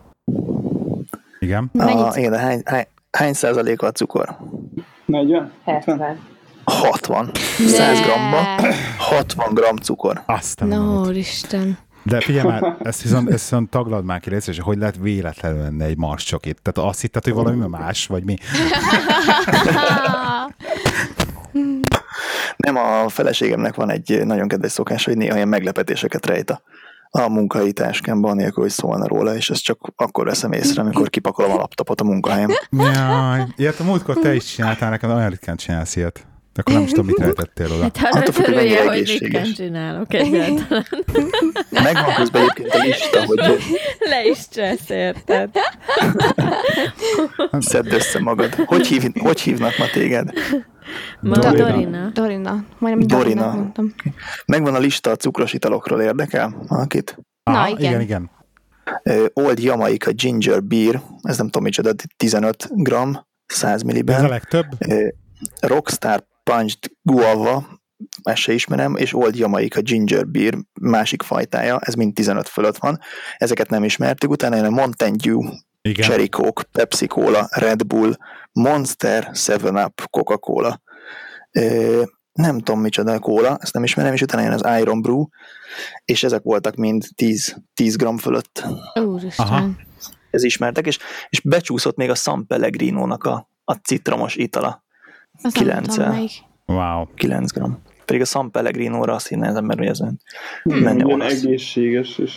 Igen. Igen, hány százalék a cukor? 40? 70. 60. 100 g-ba 60 g cukor. No, Isten. De figyelj már, ezt viszont taglald már ki részre, és hogy lehet véletlenül lenni egy Mars csokit? Tehát azt hitted, hogy valami más, vagy mi? Nem, a feleségemnek van egy nagyon kedves szokás, hogy néha ilyen meglepetéseket rejt a munkai táskámban, anélkül, hogy szólna róla, és ezt csak akkor veszem észre, amikor kipakolom a laptopot a munkahelyen. Jaj, ilyet a múltkor te is csináltál, nekem olyan ritkán csinálsz ilyet. De akkor nem is tudom, mit rejtettél oda. Hát örülje, hogy ritkán csinálok egyáltalán. Megvan közben egyébként a lista, hogy... Le is csesz, érted? Szedd össze magad. Hogy hívnak ma téged? Dorina. Majdnem Dorina mondtam. Megvan a lista a cukros italokról, érdekel valakit? Na, igen. Old Jamaica Ginger Beer, ez nem tudom micsoda, 15 g, 100 milliben. Ez a legtöbb? Rockstar Punched Guava, ezt se ismerem, és Old Jamaica Ginger Beer, másik fajtája, ez mind 15 fölött van. Ezeket nem ismertük, utána jön a Mountain Dew, igen. Cherry Coke, Pepsi Cola, Red Bull, Monster, 7-Up, Coca-Cola. Nem tudom micsoda a kóla, ezt nem ismerem, és utána jön az Iron Brew, és ezek voltak mind 10 g fölött. Úristen. Ez ismertek, és becsúszott még a San Pellegrino-nak a citromos itala. 9 g. Pedig a San Pellegrino-ra azt hinne az ember, hogy ez menni olasz. Egészséges, és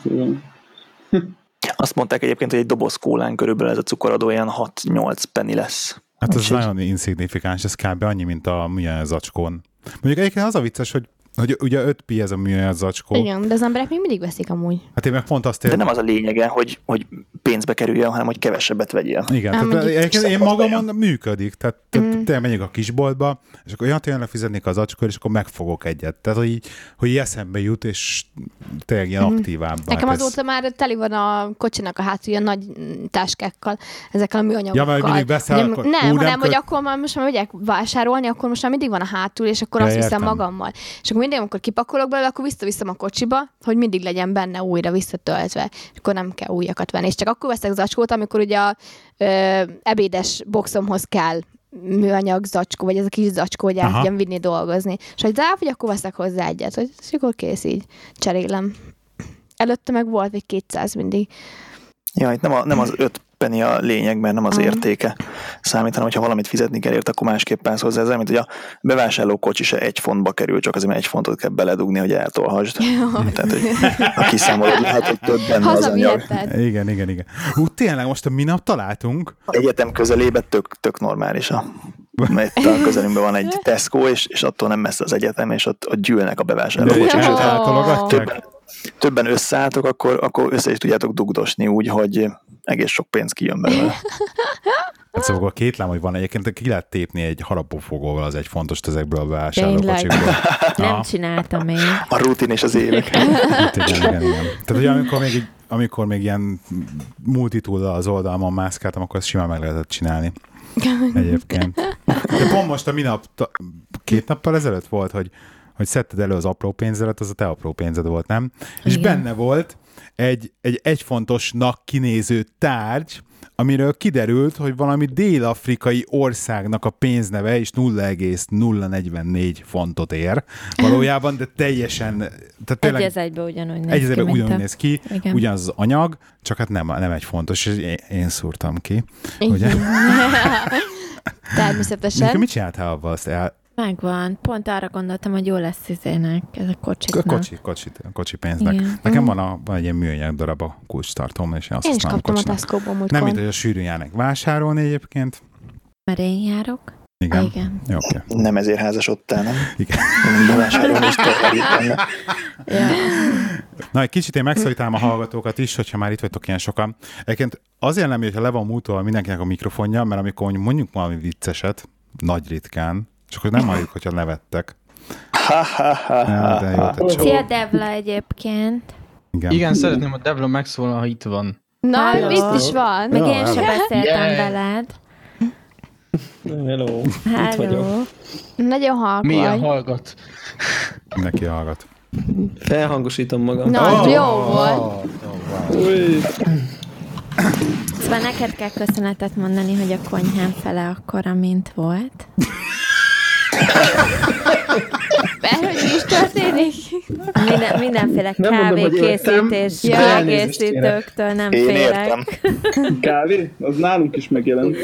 azt mondták egyébként, hogy egy doboz kólán körülbelül ez a cukoradó ilyen 6-8 penny lesz. Hát ez nagyon insignifikáns, ez kb. Annyi, mint a műanyag zacskón. Mondjuk egyébként az a vicces, hogy ugye 5 pi ez a műanyag zacskó. Igen, de az emberek még mindig veszik amúgy. Hát én meg pont azt De nem az a lényege, hogy pénzbe kerüljön, hanem hogy kevesebbet vegyél. Igen, tehát én magamon működik. Tehát te megyek a kisboltba, és akkor tényleg fizetnék az zacskót, és akkor megfogok egyet. Tehát, hogy eszembe jut, és tényleg ilyen aktívább. Nekem azóta már teli van a kocsinak a hátulja nagy táskákkal, ezekkel a műanyagokkal. Ja, mert mindig beszáll, akkor... hanem, hogy akkor most már megyek vásárolni, akkor most már mindig van a hátul, és akkor azt viszem magammal. És akkor mindig, amikor kipakolok belőle, akkor visszaviszem a kocsiba, hogy mindig legyen benne újra visszatöltve, és akkor nem kell újakat venni. És csak akkor veszek zacskót, amikor ugye a ebédes boxomhoz kell műanyag zacskó, vagy ez a kis zacskó, hogy el tudjam vinni dolgozni. És hogy ráfogy, akkor veszek hozzá egyet, hogy akkor kész, így cserélem. Előtte meg volt egy 200 mindig. Ja, itt nem az 5 penny a lényeg, mert nem az értéke számít, hanem hogyha valamit fizetni kell ért, akkor másképp állsz hozzá. Ez mint hogy a bevásárló kocsi se 1 fontba kerül, csak azért, mert 1 fontot kell beledugni, hogy eltolhasd. Tehát, hogy a kiszámolod lehet, hogy több benne az anyag. Igen. Tényleg most a minap találtunk. Egyetem közelébe tök normális mert a közelünkben van egy Tesco, és attól nem messze az egyetem, és ott gyűlnek a bevásárlókocsik. Többen összeálltok, akkor össze is tudjátok dugdosni úgy, hogy egész sok pénz kijön belőle. Hát szóval kétlem, hogy van egyébként, ki lehet tépni egy harapófogóval az 1 fontos ezekből a bevásárlókocsikból. Nem csináltam még. A rutin és az évek. Igen. Tehát, hogy amikor még ilyen multitool az oldalon mászkáltam, akkor ezt simán meg lehetett csinálni. Egyébként. De pont most a minap, 2 nappal ezelőtt volt, hogy szedted elő az apró pénzedet, az a te apró pénzed volt, nem? És benne volt egy 1 fontosnak kinéző tárgy, amiről kiderült, hogy valami dél-afrikai országnak a pénzneve is 0,044 fontot ér valójában, de teljesen... Egy az egyben ugyanúgy néz ki, ugyanaz az anyag, csak hát nem 1 fontos, és én szúrtam ki. Ugye? Természetesen. Mit csináltál avval? Azt Megvan. Pont arra gondoltam, hogy jó lesz izének, ez a kocsiknak. Kocsi pénznek. Igen. Nekem van egy ilyen műanyag darab a kulcstartom, és én azt is kaptam a Tesco-ban múltkor. Nem, mint hogy a sűrűn járnak vásárolni egyébként. Mert én járok. Igen. Jó, okay. Nem ezért házasodtál, nem? Igen. Vásárolni is Na, egy kicsit én megszólítám a hallgatókat is, hogyha már itt vagytok ilyen sokan. Egyébként azért nem, hogyha le van múltva mindenkinek a mikrofonja, mert amikor mondjuk valami vicceset, nagy ritkán, csak hogy nem halljuk, hogyha nevettek. Szia, Devla egyébként. Igen, szeretném, a Devla megszólal, ha itt van. Na, itt is van. Meg én sem beszéltem veled. Hello. Itt vagyok. Nagyon hallgat. Milyen hallgat? Neki hallgat. Felhangosítom magam. Na, jó volt. Szóval neked kell köszönetet mondani, hogy a konyhám fele akkora, mint volt. Mert hogy mi is történik? Mindenféle kávékészítés, kiegészítőktől nem félek. Kávé? Az nálunk is megjelent.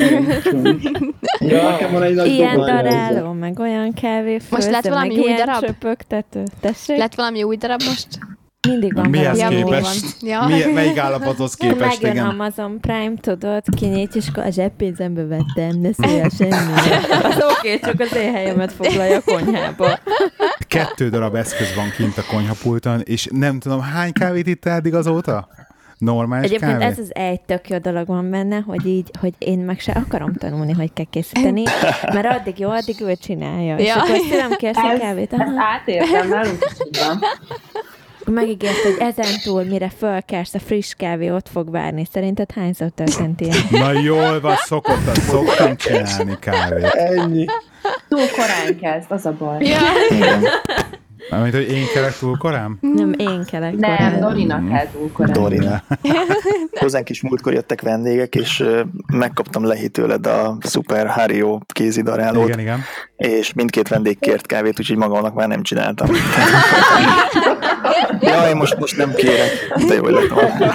Ilyen daráló, meg olyan kávé főző, most lett valami meg új ilyen darab? csöpögtető. Tessék? Lett valami új darab most? Mindig van mihez valami. képest? Ja. Melyik állapothoz képest? Megjön Amazon Prime, tudod, kinyit, és akkor a zseppénzembe vettem, ne szólja semmi. Az oké, csak az én helyemet foglalja a konyhába. 2 darab eszköz van kint a konyhapulton, és nem tudom, hány kávét ittál eddig azóta? Normális egyébként kávé? ez az egy tök jó dolog van benne, hogy én meg se akarom tanulni, hogy kell készíteni, mert addig jó, addig ő csinálja. Ja. És akkor nem kérsz a kávét. Ezt átértem, nálunk is van. Megígért, hogy ezentúl, mire fölkelsz, a friss kávé ott fog várni. Szerinted hányszor történt ilyen? Na jól van, szoktam csinálni kávét. Ennyi. Túl korán kezd, az a baj. Ja. Mármint, hogy én kelek túl korán? Nem, én kelek korán. Nem, Dorinak kell túl korán. Dorina. Hozzánk is múltkor jöttek vendégek, és megkaptam Lehi tőled a Super Hario kézidarálót. Igen. És mindkét vendég kért kávét, úgyhogy magamnak már nem csináltam. Jaj, most nem kérek. De jó lett volna.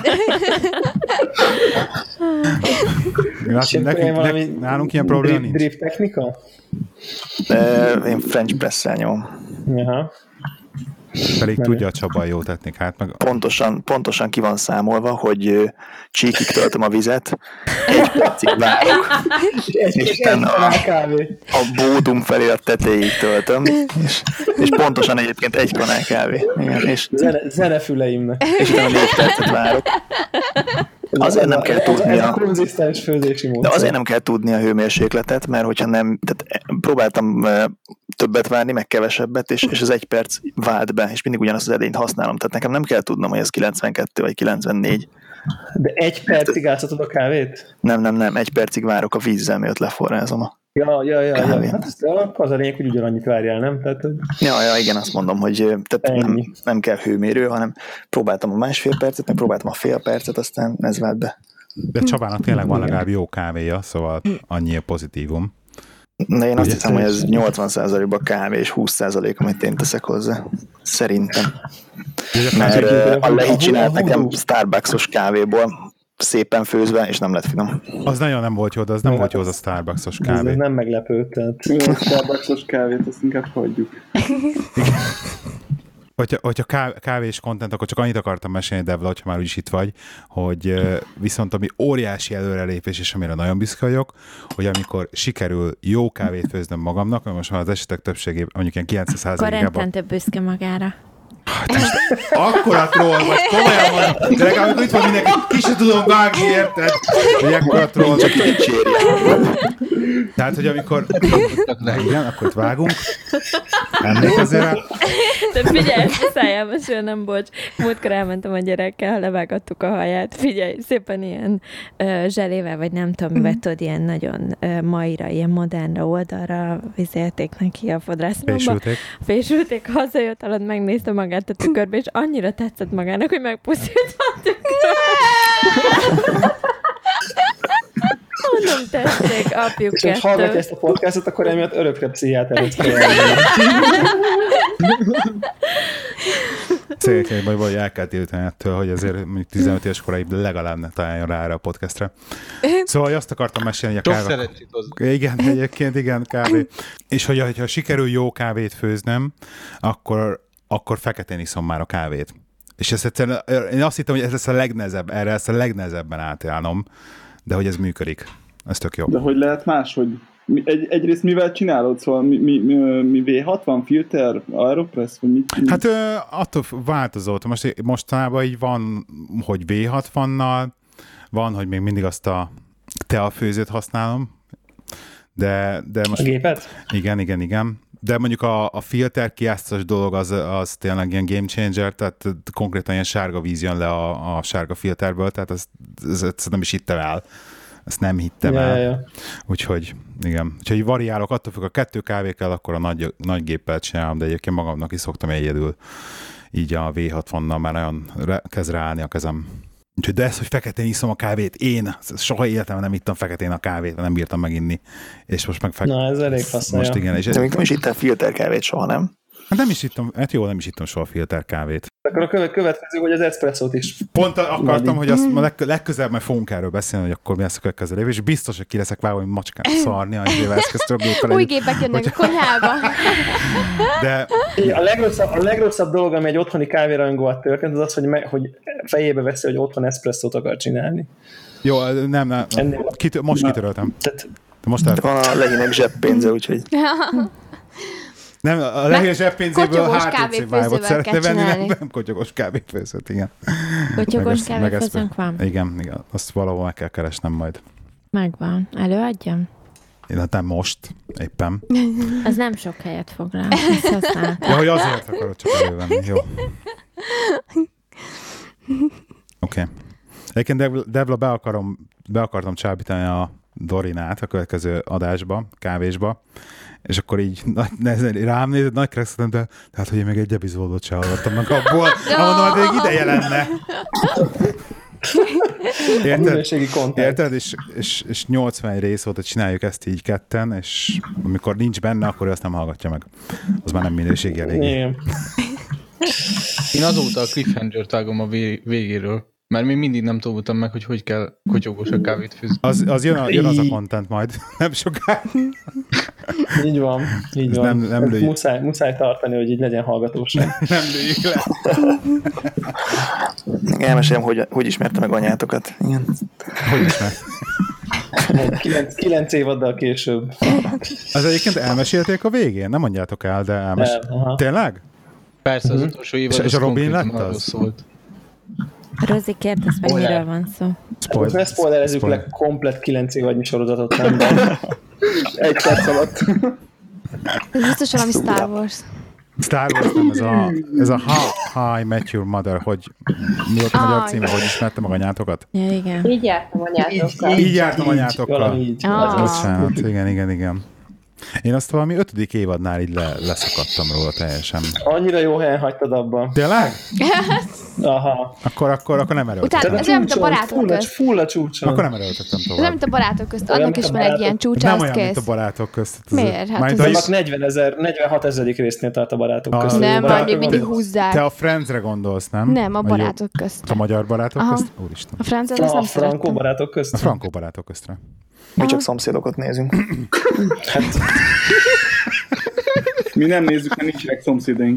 Nálunk ilyen probléma nincs. Drift technika? Én French press-szel nyom. Aha. Pedig tudja a Csaba a jó technikát. Meg... Pontosan ki van számolva, hogy csíkig töltöm a vizet, 1 percig várok, és a bódum felé a tetejéig töltöm, és pontosan egyébként 1 kanál kávé. Igen, Zenefüleimnek. És utána 4 percet várok. Azért nem kell tudni a konzisztens főzési módszer. De azért nem kell tudni a hőmérsékletet, mert hogyha nem, tehát próbáltam többet várni, meg kevesebbet, és az 1 perc vált be, és mindig ugyanazt az edényt használom, tehát nekem nem kell tudnom, hogy ez 92 vagy 94. De 1 percig áztatod a kávét? Nem, 1 percig várok a vízzel, mielőtt leforrázom a kávét. Hát az a lényeg, hogy ugyanannyit várjál, nem? Tehát... Ja, igen, azt mondom, hogy tehát nem kell hőmérő, hanem próbáltam a 1,5 percet, meg próbáltam a fél percet, aztán ez vált be. De Csabának tényleg van legalább jó kávéja, szóval annyi a pozitívum. De én azt hiszem, hogy ez 80%-ban kávé, és 20% amit én teszek hozzá. Szerintem. Mert a Lehi csinált nekem Starbucks-os kávéból szépen főzve, és nem lett finom. Az nagyon nem volt jó, de az nem volt jó az a Starbucks-os kávé. Ez nem meglepő, tehát... A Starbucks-os kávét, azt inkább hagyjuk. Hogyha kávés content, akkor csak annyit akartam mesélni, Devla, hogyha már úgyis itt vagy, hogy viszont ami óriási előrelépés, és amire nagyon büszke vagyok, hogy amikor sikerül jó kávét főznöm magamnak, most már az esetek többségében, mondjuk ilyen 90%-ában... Akkor rettentő büszke magára. Akkora troll, vagy komolyan van, de legalább itt van mindenki, ki se tudom vágni, érted? Hogy ekkora troll. Tehát, hogy amikor... Igen, akkor itt vágunk. Emlékezzel rá? De figyelj, szájában nem bocs. Múltkor elmentem a gyerekkel, levágattuk a haját. Figyelj, szépen ilyen zselével, vagy nem tudom, mivel tudod, ilyen nagyon maira, ilyen modernra oldalra vizélték neki a fodrászomba. Fésülték, hazajött, alatt megnézte magát a tükörbe, és annyira tetszett magának, hogy megpusztult a tükörbe. Mondom, tessék, apjuk kettő. És hallgatja ezt a podcastot, akkor emiatt örökre pszichiáterét kell elmenni. Szépen, vagy el kell tiltani ettől, hogy azért mondjuk 15 éves koráig legalább ne találjon rá erre a podcastra. Szóval azt akartam mesélni, hogy a kávé... Igen, egyébként, igen, kávé. És hogyha sikerül jó kávét főznem, akkor feketén iszom már a kávét. És ezt egyszerűen, én azt hittem, hogy ez lesz a legnehezebb, erre lesz a legnehezebben átállnom, de hogy ez működik. Ez tök jó. De hogy lehet máshogy? Egyrészt mivel csinálod? Szóval mi V60 filter, Aeropress? Vagy mit? Hát attól változott. Mostanában így van, hogy V60-nal, van, hogy még mindig azt a teafőzőt használom, de most... A gépet? Igen. De mondjuk a filter kiáztás dolog az tényleg ilyen game changer, tehát konkrétan ilyen sárga víz jön le a sárga filterből, tehát ezt nem is hittem el. Ezt nem hittem el. Ja. Úgyhogy igen. Úgyhogy variálok, attól függ, a 2 kávé kell, akkor a nagy géppel csinálom, de egyébként magamnak is szoktam egyedül. Így a V60-nal már nagyon kezd ráállni a kezem. Úgyhogy de ez, hogy feketén iszom a kávét, én soha életemben nem ittam feketén a kávét, nem bírtam meginni. És most meg Na, ez elég faszolja. Most igen. És de még nem is ittam filterkávét soha, nem? Hát nem is ittam, nem is ittam soha filterkávét. Akkor a következő, hogy az eszpresszót is. Pont akartam, hogy azt legközelebb majd fogunk erről beszélni, hogy akkor mi lesz a következő lépés, és biztos, hogy ki leszek vágva, hogy macskán szarni, amivel eszköztől géppel. Új gépek jönnek a konyhába. De... A legrosszabb dolog, ami egy otthoni kávérajongóval történt, az hogy fejébe veszi, hogy otthon eszpresszót akar csinálni. Jó, nem. Most kitöröltem. Most van a Lehinek zseppénze, úgyhogy... Nem, a Lehinek zseppénzéből HTC Vive-ot szeretne venni, nem kotyogos kávéfőzőt, igen. Kotyogos kávéfőzőnk van? Igen, azt valahol meg kell keresnem majd. Megvan. Előadjam? Én hát nem most, éppen. Az nem sok helyet foglal. Ja, hogy azért akarod csak elővenni, jó. Oké. Egyébként Devla be akartam csábítani a Dorinát a következő adásba, kávésba, és akkor így rám nézett, nagy kereszetem, de tehát, hogy én még egy epizódot sem hallottam meg abból, mondom, hogy még ideje lenne. Érted? És 81 rész volt, hogy csináljuk ezt így ketten, és amikor nincs benne, akkor azt nem hallgatja meg. Az már nem minőségi eléggé. Én azóta a cliffhanger tágom a végéről. Mert még mindig nem tudtam meg, hogy kell kotyogós a kávét főzni. Az jön az a content majd, nem sokáig. Így van. Nem muszáj tartani, hogy így legyen hallgatóság. Nem lőjük le. Elmesélem, hogy ismerte meg anyátokat. Igen. Hogy ismert? 9 évaddal később. Az egyébként elmesélték a végén? Nem mondjátok el, de Tényleg? Persze, az utolsó évad és a Robin lett az? Szólt. Rozi, kérdezz meg, miről van szó. Most ne spoilerezzük le komplet 9 évadnyi sorozatot, nem, de egy perc alatt. Ez biztos valami Star Wars. Star Wars nem, ez a How I Met Your Mother, hogy mi volt a magyar címe, hogy ismertem meg anyátokat? Ja, igen. Így jártam anyátokkal. Így jártam anyátokkal. Így. Bocsánat, igen. Én azt valami 5. évadnál így leszakadtam róla teljesen. Annyira jó helyen hagytad abban. Tényleg? Aha. Akkor nem erőltettem. Utána ez olyan, mint a barátok közt. Full a csúcson. Akkor nem erőltettem tovább. Ez olyan, mint a barátok közt. Annak is van egy ilyen csúcsa, nem az olyan, kész. mint a barátok közt. Miért? Hát Annak 46 000. résznél tart a barátok közt. Nem, majd még mindig húzzák. Te a Friendsre gondolsz, nem? Nem, a barátok közt. A magyar barátok közt? Úristen. A Friends-et azt nem A frankó barátok közt? A frankó barátok köztre. Mi csak szomszédokat nézünk. Hát... Mi nem nézzük, mert nincsenek szomszédaink.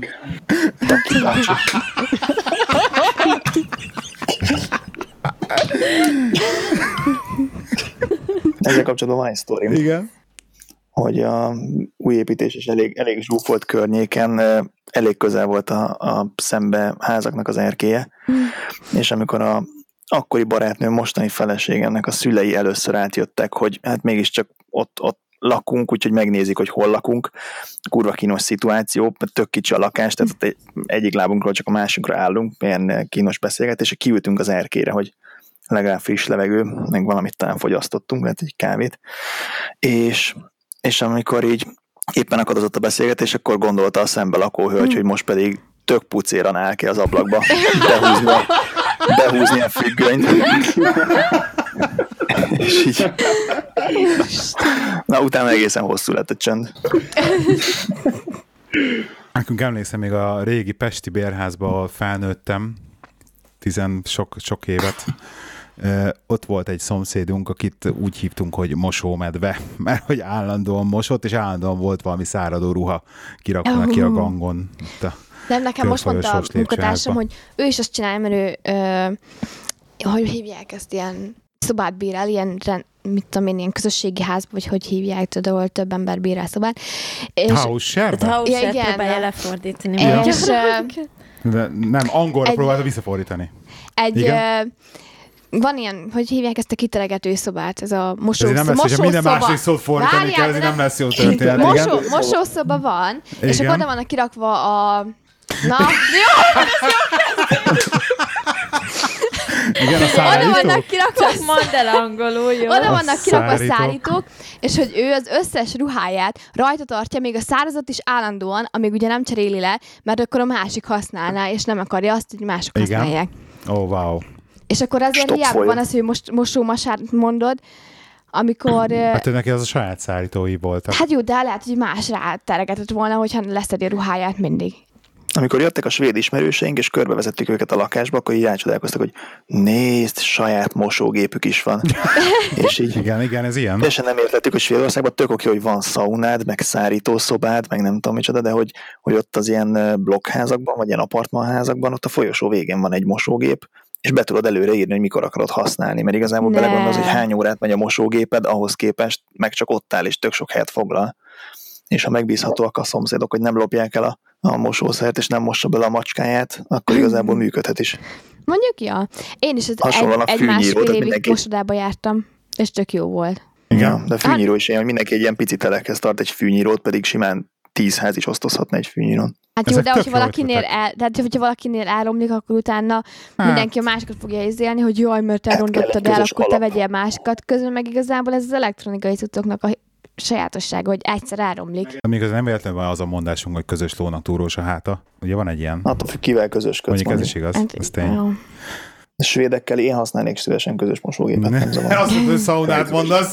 Ezzel kapcsolatban van egy sztorim. Igen. Hogy a új építés és elég zsúfolt környéken elég közel volt a szembe házaknak az erkélye, és amikor a akkori barátnőm, mostani feleségemnek a szülei először átjöttek, hogy hát mégiscsak ott lakunk, úgyhogy megnézik, hogy hol lakunk. Kurva kínos szituáció, tök kicsi a lakás, tehát ott egyik lábunkról csak a másikra állunk, ilyen kínos beszélgetés, és kiültünk az erkére, hogy legalább friss levegő, meg valamit talán fogyasztottunk, lehet egy kávét. És amikor így éppen akadozott a beszélgetés, akkor gondolta a szembe lakó hölgy, hogy most pedig tök pucéran áll ki az ablakba behúzni a függönyt. És így... Na, utána egészen hosszú lett a csend. Nekünk emlékszem még a régi pesti bérházba, ahol felnőttem, sok évet. Ott volt egy szomszédunk, akit úgy hívtunk, hogy mosómedve, mert hogy állandóan mosott, és állandóan volt valami száradó ruha kirakva neki a gangon. Nem, nekem most mondta a munkatársam, hogy ő is azt csinálja, mert ő, hogy hívják ezt, ilyen szobát bírál, ilyen, mit tudom én, ilyen közösségi házba, vagy hogy hívják, tudod, ahol több ember bírál szobát. House-share-ben? House-share próbálja lefordítani. És, de nem, angolra próbálta visszafordítani. Van ilyen, hogy hívják ezt a kitelegető szobát, ez a mosószoba. Nem lesz, hogyha minden másik szót fordítani kell, ez nem lesz jó történet. Mosószoba van, igen. És akkor oda vannak kirakva a... Na, jó! Igen, a szállítók. Oda vannak kirakva... Csak mondd el angolul, jó? Oda vannak kirakva a szállítók, és hogy ő az összes ruháját rajta tartja, még a szárazat is állandóan, amíg ugye nem cseréli le, mert akkor a másik használná, és nem akarja azt, hogy mások használják. Wow. És akkor azért hiába van az, hogy mosómasát mondod, amikor... Hát neki az a saját szállítói voltak. Hát jó, de lehet, hogy más ráteregetett volna, hogyha leszedi a ruháját mindig. Amikor jöttek a svéd ismerőseink, és körbevezettük őket a lakásba, akkor így rácsodálkoztak, hogy nézd, saját mosógépük is van. És így, igen, ez ilyen. Teljesen nem értettük, hogy Svédországban tök oké, hogy van szaunád, meg szárítószobád, meg nem tudom micsoda, de hogy ott az ilyen blokkházakban, vagy ilyen apartmanházakban, ott a folyosó végén van egy mosógép, és be tudod előre írni, hogy mikor akarod használni, mert igazából belegondolsz, hogy hány órát megy a mosógéped, ahhoz képest meg csak ott áll, és tök sok helyet foglal. És ha megbízhatóak a szomszédok, hogy nem lopják el a mosószert, és nem mossa bele a macskáját, akkor igazából működhet is. Mondjuk, ja. Én is egy másfél évig mosodába jártam, és tök jó volt. Igen, ja, de fűnyíró is ilyen, hogy mindenki egy ilyen pici telekhez tart egy fűnyírót, pedig simán 10 ház is osztozhatna egy fűnyíron. Hát jó, de hogyha valakinél elromlik, akkor utána mindenki a másikat fogja érzélni, hogy jaj, mert te rondottad el, akkor te vegyél másikat. Közben meg igazából ez az elektronikai cuccoknak a sajátossága, hogy egyszer elromlik. Még az nem véletlenül van az a mondásunk, hogy közös lónak túrós a háta. Ugye van egy ilyen? Attól függ, kivel közösködsz. Mondjuk ez is igaz, ez tény. A svédekkel én használnék szívesen közös mosógépet. Nem azt mondod, hogy szaunát mondasz.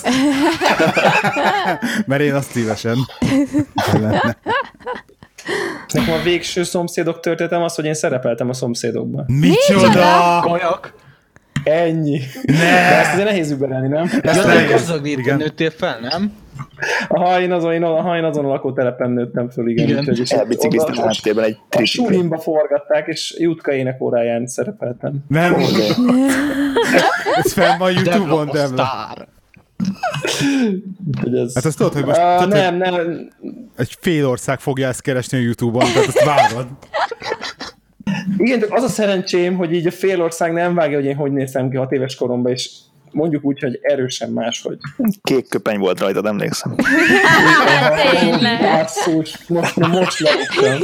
Mert én azt szívesen. Nekem a végső szomszédok történetem az, hogy én szerepeltem a szomszédokban. Micsoda? Kajak. Ennyi. Ne. De ezt azért nehéz überelni, nem? Ezt gazdag népben nőttél fel, nem? Ha én azon a lakótelepen nőttem föl, igen. Elbicikliztem a háttérben egy triplet. A sulimba forgatták, és Jutka énekóráján szerepeltem. Nem. Ez fenn van YouTube-on, de... Hát azt tudod, hogy most... Nem. Egy fél ország fogja ezt keresni a YouTube-on, tehát azt várod. Igen, az a szerencsém, hogy így a fél ország nem vágja, hogy én hogy nézem ki 6 éves koromban, és mondjuk úgy, hogy erősen máshogy. Kék köpeny volt rajtad, emlékszem. Tényleg. Basszus, most lakottam.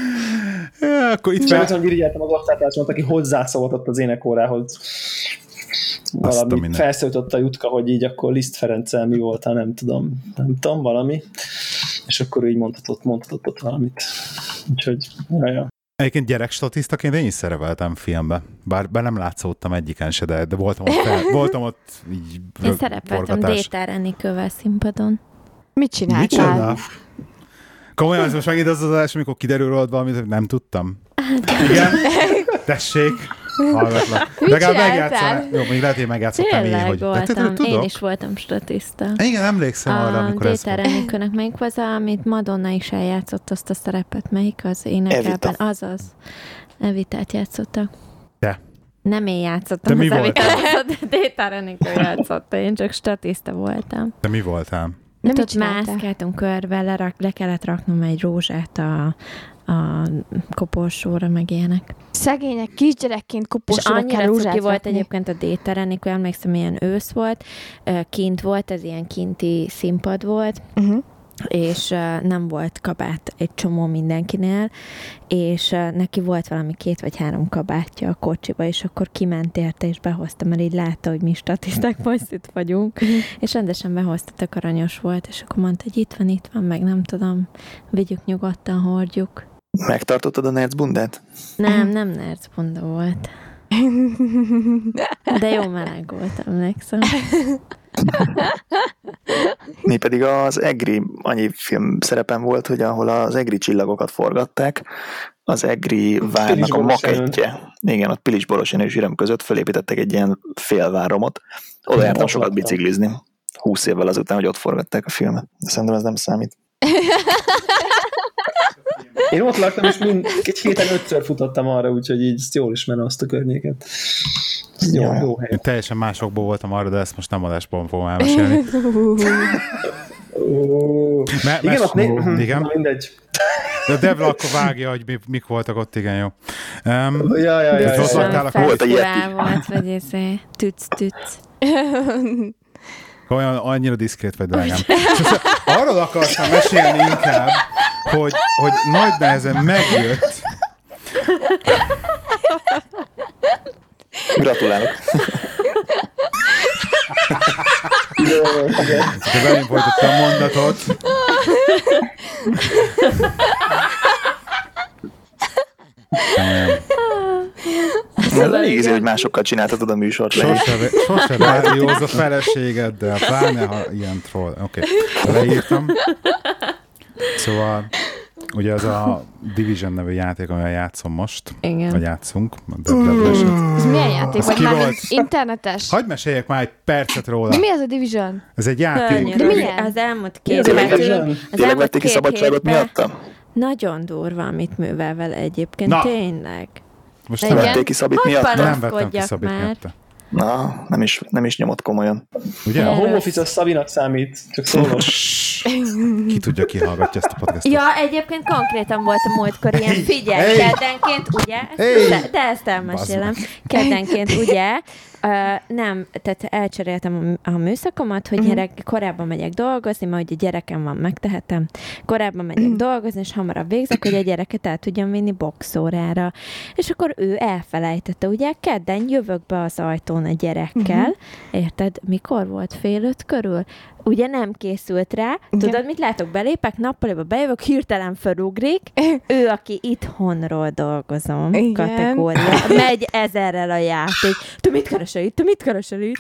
Akkor itt fel... Vigyeltem az osztálytársamat, aki hozzászóltott az énekórához. valami felszólította a Jutka, hogy így akkor Liszt Ferenccel mi volt, nem tudom, valami, és akkor ő így mondhatott ott valamit. Úgyhogy, jaja. Egyébként gyerekstatisztaként én is szerepeltem filmbe. Bár nem látszódtam egyiken se, de voltam ott így én szerepeltem Détár Enikővel színpadon. Mit csináltál? Komolyan, ez most megint az adás, amikor kiderül rólad valamit, hogy nem tudtam. Igen? Tessék, hallgatlak. Legalább megjátszol. Jó, még lehet, hogy megjátszottam én, hogy... Voltam. Én is voltam statiszta. Igen, emlékszem arra, amikor ez volt. A Détár Enikőnek melyik az, amit Madonna is eljátszott azt a szerepet? Melyik az énekelben? Azaz. Evitát játszottak. Te? Nem én játszottam az Evitát, de Détár Enikő játszotta. Én csak statiszta voltam. De mi voltál? Nem ott mászkáltunk körbe, le kellett raknom egy rózsát a koporsóra, meg ilyenek. Szegények kisgyerekként koporsóra kell rózsát rakni. Volt egyébként a Détár Enikő, emlékszem, ilyen ősz volt, kint volt, ez ilyen kinti színpad volt, és nem volt kabát egy csomó mindenkinél, és neki volt valami 2 vagy 3 kabátja a kocsiba, és akkor kiment érte, és behozta, mert így látta, hogy mi statiszták most itt vagyunk, és rendesen behozta, tök aranyos volt, és akkor mondta, hogy itt van, meg nem tudom, vigyük nyugodtan, hordjuk. Megtartottad a nercbundát? Nem nercbunda volt. De jó meleg volt, emlékszem. Mi pedig az EGRI, annyi film szerepen volt, hogy ahol az EGRI csillagokat forgatták, az EGRI várnak a makettje. Igen, ott Pilis-Boros és Üröm között fölépítettek egy ilyen félváromot. Oda jártam sokat biciklizni. 20 évvel azután, hogy ott forgatták a filmet. De szerintem ez nem számít. Én ott laktam, és egy héten 5-ször futottam arra, úgyhogy így jól ismerem azt a környéket. Jó hely. Én teljesen másokból voltam arra, de ezt most nem adásban fogom elmesélni. Igen? Mindegy. De Devla akkor vágja, hogy mik voltak ott, igen, jó. Volt a Yeti. Volt, vagy ez tüc. Olyan annyira diszkrét vagy, drágám. Arról akartam mesélni inkább, hogy nagy nehezen megjött. Gratulálok. De velem folytattam a mondatot. Ez elég ízé, hogy másokkal csináltatod a műsort. Sose rádióz a feleségeddel, pláne ha ilyen troll. Oké, leírtam. Szóval ugye az a Division nevű játék, amivel játszom most. Igen. Vagy játszunk. Ez milyen játék? Vagy már internetes? Hadd meséljek már egy percet róla. De mi az a Division? Ez egy játék. De milyen? Az elmúlt 2 hétben. Tényleg vették ki szabadságot miattam? Nagyon durva, amit művel vele egyébként. Tényleg. Most nem vették ki Szabit miatt? Nem vettem ki Szabit miatt. Na, nem is nyomott komolyan. Ugye? A home office az Szabinak számít, csak szólom. Ki tudja, ki hallgatja ezt a podcastot. Ja, egyébként konkrétan volt a múltkor ilyen, figyelj, keddenként, ugye, de ezt elmesélem, keddenként, ugye, nem, tehát elcseréltem a műszakomat, hogy korábban megyek dolgozni, mert ugye gyerekem van, megtehetem, korábban megyek dolgozni, és hamarabb végzek, hogy a gyereket el tudjam vinni boxórára. És akkor ő elfelejtette, ugye, kedden jövök be az ajtón a gyerekkel, érted, mikor volt? 4:30 körül? Ugye nem készült rá, tudod, mit látok, belépek, nappaliba bejövök, hirtelen felugrik, ő, aki itthonról dolgozom, kategória, megy 1000-rel a játék. Te mit keresel itt?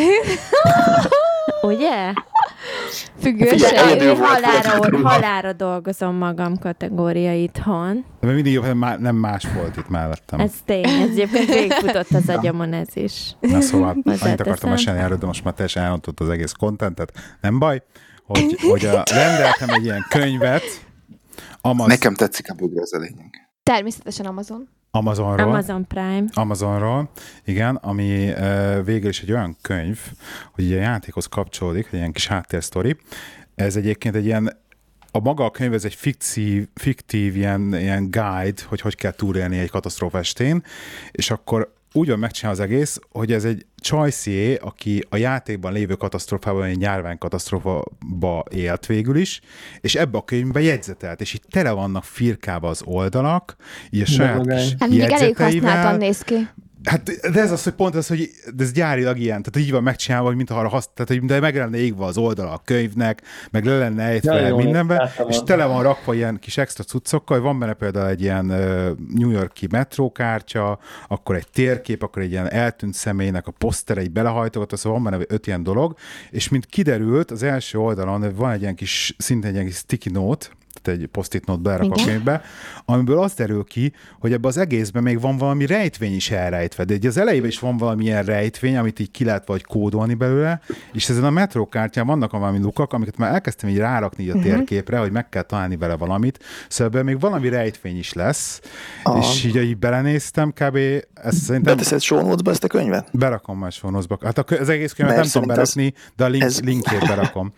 Ugye? Függőség. Halára dolgozom magam kategória itthon. De mindig nem más volt itt mellettem. Ez tény, ez egyébként végigfutott az agyamon ez is. Na szóval, annyit akartam mesélni erről, de most már teljesen elrontott az egész contentet. Nem baj, hogy rendeltem egy ilyen könyvet. Nekem tetszik a budra, ez a lényeg. Természetesen Amazon. Amazon Prime. Amazonról, igen, ami végül is egy olyan könyv, hogy a játékhoz kapcsolódik, egy ilyen kis háttérsztori. Ez egyébként egy ilyen, a maga a könyv, ez egy fiktív ilyen guide, hogy kell túlélni egy katasztrófa estén, és akkor úgy van megcsinálva az egész, hogy ez egy csajszié, aki a játékban lévő katasztrófában, egy járványkatasztrófába élt végül is, és ebbe a könyvben jegyzetelt, és itt tele vannak firkálva az oldalak, így a saját kis jegyzeteivel. Elég használtan néz ki. Hát, de ez az, hogy pont az, hogy ez gyárilag ilyen, tehát így van megcsinálva, hogy mintha arra tehát hogy de meg lenne égve az oldala a könyvnek, meg le lenne ejtve mindenben, és tele van rakva ilyen kis extra cuccokkal, van benne például egy ilyen New York-i metrókártya, akkor egy térkép, akkor egy ilyen eltűnt személynek a posztere, egy belehajtogatva, szóval van benne 5 ilyen dolog, és mint kiderült, az első oldalon van egy ilyen kis, szinte egy ilyen kis sticky note, tehát egy post-it note belerak a könyvbe, amiből az derül ki, hogy ebben az egészben még van valami rejtvény is elrejtve, de az elejében is van valamilyen rejtvény, amit így ki lehet vagy kódolni belőle, és ezen a metrókártyán vannak valami lukak, amiket már elkezdtem így rárakni a térképre, hogy meg kell találni vele valamit, szóval ebben még valami rejtvény is lesz, és így belenéztem, kb. Ezt szerintem... Beteszed show notes-ba ezt a könyvet? Berakom már show notes-ba. Hát az egész könyvet nem tudom berakni, de a linkjét berakom.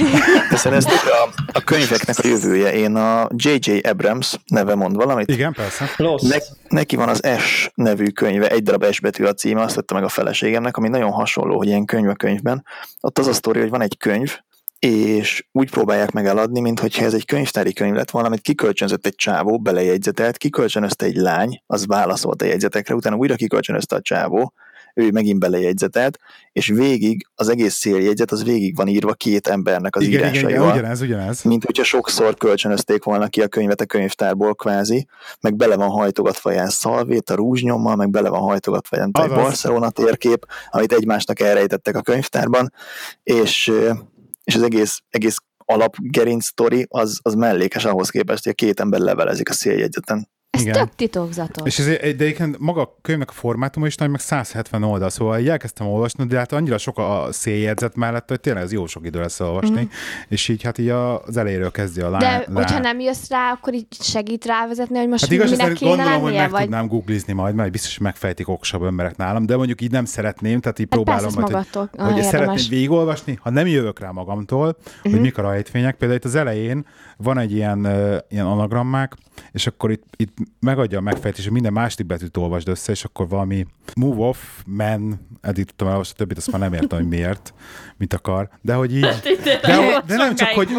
Ezt a könyveknek a jövője. Én a J.J. Abrams neve mond valamit? Igen, persze. Neki van az S nevű könyve, egy darab S betű a címe, azt vette meg a feleségemnek, ami nagyon hasonló, hogy ilyen könyv a könyvben. Ott az a sztori, hogy van egy könyv, és úgy próbálják meg eladni, minthogyha ez egy könyvtári könyv lett volna, amit kikölcsönzött egy csávó, belejegyzetelt, kikölcsönözte egy lány, az válaszolt a jegyzetekre, utána újra kikölcsönözte a csávó, ő megint belejegyzetelt, és végig az egész széljegyzet az végig van írva 2 embernek az írásaival. Igen, ugyanez. Mint hogyha sokszor kölcsönözték volna ki a könyvet a könyvtárból kvázi, meg bele van hajtogatva ilyen szalvét, a rúzsnyommal, meg bele van hajtogatva ilyen egy Barcelona térkép, amit egymásnak elrejtettek a könyvtárban, és az egész alapgerinc sztori az mellékes ahhoz képest, hogy a 2 ember levelezik a széljegyzeten. Ez tök titokzatos. És de egyébként maga a könyvnek a formátuma is nagy, meg 170 oldal, szóval így elkezdtem olvasni, de hát annyira sok a széljegyzet mellett, hogy tényleg ez jó sok idő lesz olvasni, és így hát így az elejéről kezdi a De hogyha nem jössz rá, akkor így segít rávezetni, hogy most hát igaz, minek kéne gondolom, lennie, hogy meg tudnám googlizni majd, mert biztos, hogy megfejtik okosabb emberek nálam, de mondjuk így nem szeretném, tehát így próbálom majd, hogy szeretném végigolvasni, ha nem jövök rá magamtól, hogy mik a rejtvények. Például itt az elején van egy ilyen anagrammák, és akkor itt megadja a megfejtés, hogy minden második betűt olvasd össze, és akkor valami move off, man, eddig tudtam elolvasni, a többit, azt már nem értem, hogy miért, mit akar, de hogy így, de nem, csak hogy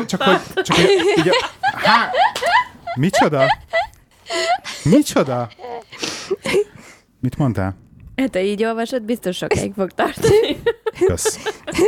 így Micsoda? Mit mondtál? Hát, ha így olvasod, biztos sokáig fog tartani. Kösz.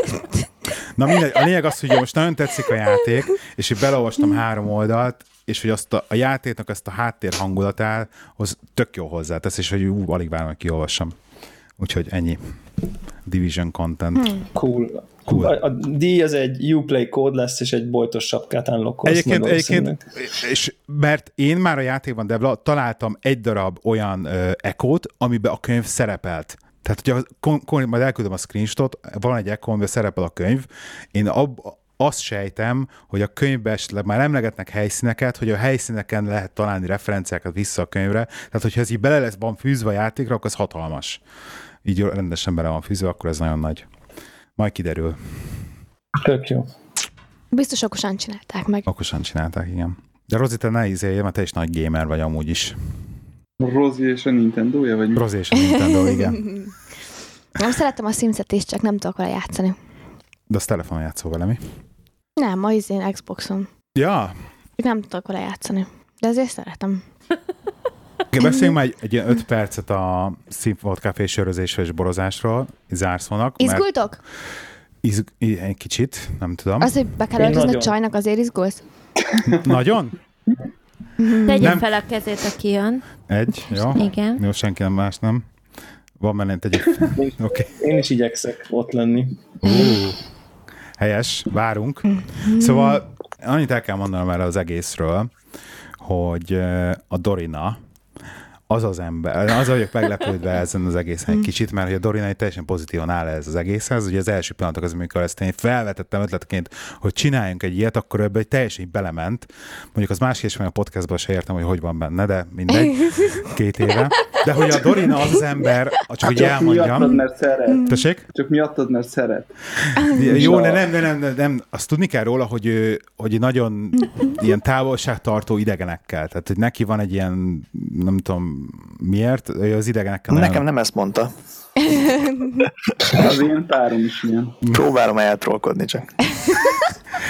Na mindegy, a lényeg az, hogy most nagyon tetszik a játék, és hogy beleolvastam 3 oldalt, és hogy azt a játéknak ezt a háttér hangulatához tök jó hozzátesz, és hogy alig várom, hogy kiolvassam. Úgyhogy ennyi. Division content. Cool. A díj az egy Uplay kód lesz, és egy bojtos sapkát unlockolsz. Egyébként, és mert én már a játékban, Devla, találtam egy darab olyan ekót, amiben a könyv szerepelt. Tehát, hogyha majd elküldöm a screenshotot, van egy ekó, amiben szerepel a könyv, én azt sejtem, hogy a könyvben esetleg már emlegetnek helyszíneket, hogy a helyszíneken lehet találni referenciákat vissza a könyvre. Tehát, hogyha ez így van fűzve a játékra, akkor ez hatalmas. Így rendesen bele van fűzve, akkor ez nagyon nagy. Majd kiderül. Tök jó. Biztos okosan csinálták meg. Okosan csinálták, igen. De Rozi, te ne izélj, mert te is nagy gamer vagy amúgy is. Rozi és a Nintendo-ja, vagy mi? Rozi és a Nintendo, igen. Nem szeretem a Simset is, csak nem tudok vele játszani. De azt telefonon játszol vele, mi? Nem, az én Xboxon. Ja. Nem tudok vele játszani. De azért szeretem. Beszéljünk már egy 5 percet a Színfolt Café sörözésről és borozásról, zárszónak. Izgultok? Egy kicsit, nem tudom. Az, hogy be kell öltözni a csajnak, azért izgulsz? Nagyon? Tegye fel a kezét, aki jön. Egy, jó? Igen. Jó, senki nem más, nem? Van benne, tegyük. Okay. Én is igyekszek ott lenni. Helyes, várunk. Szóval annyit el kell mondanom erre az egészről, hogy a Dorina az ember, az vagyok meglepődve ezen az egészen egy kicsit, mert hogy a Dorina egy teljesen pozitívan áll ez az egészhez. Ugye az első pillanatok az, amikor ezt én felvetettem ötletként, hogy csináljunk egy ilyet, akkor ebbe teljesen belement. Mondjuk az másik is, meg a podcastban se értem, hogy van benne, de mindegy, 2 éve. De hogy a Dorina az ember, csak hogy elmondjam. Miattad, mert szeret. Tessék? Csak miattad, mert szeret. Jó, nem. Azt tudni kell róla, hogy nagyon ilyen távolságtartó idegenekkel. Tehát, hogy neki van egy ilyen, nem tudom miért, az idegenekkel... Nekem nem ezt mondta. Az én párom is ilyen. Próbálom eltrollkodni csak.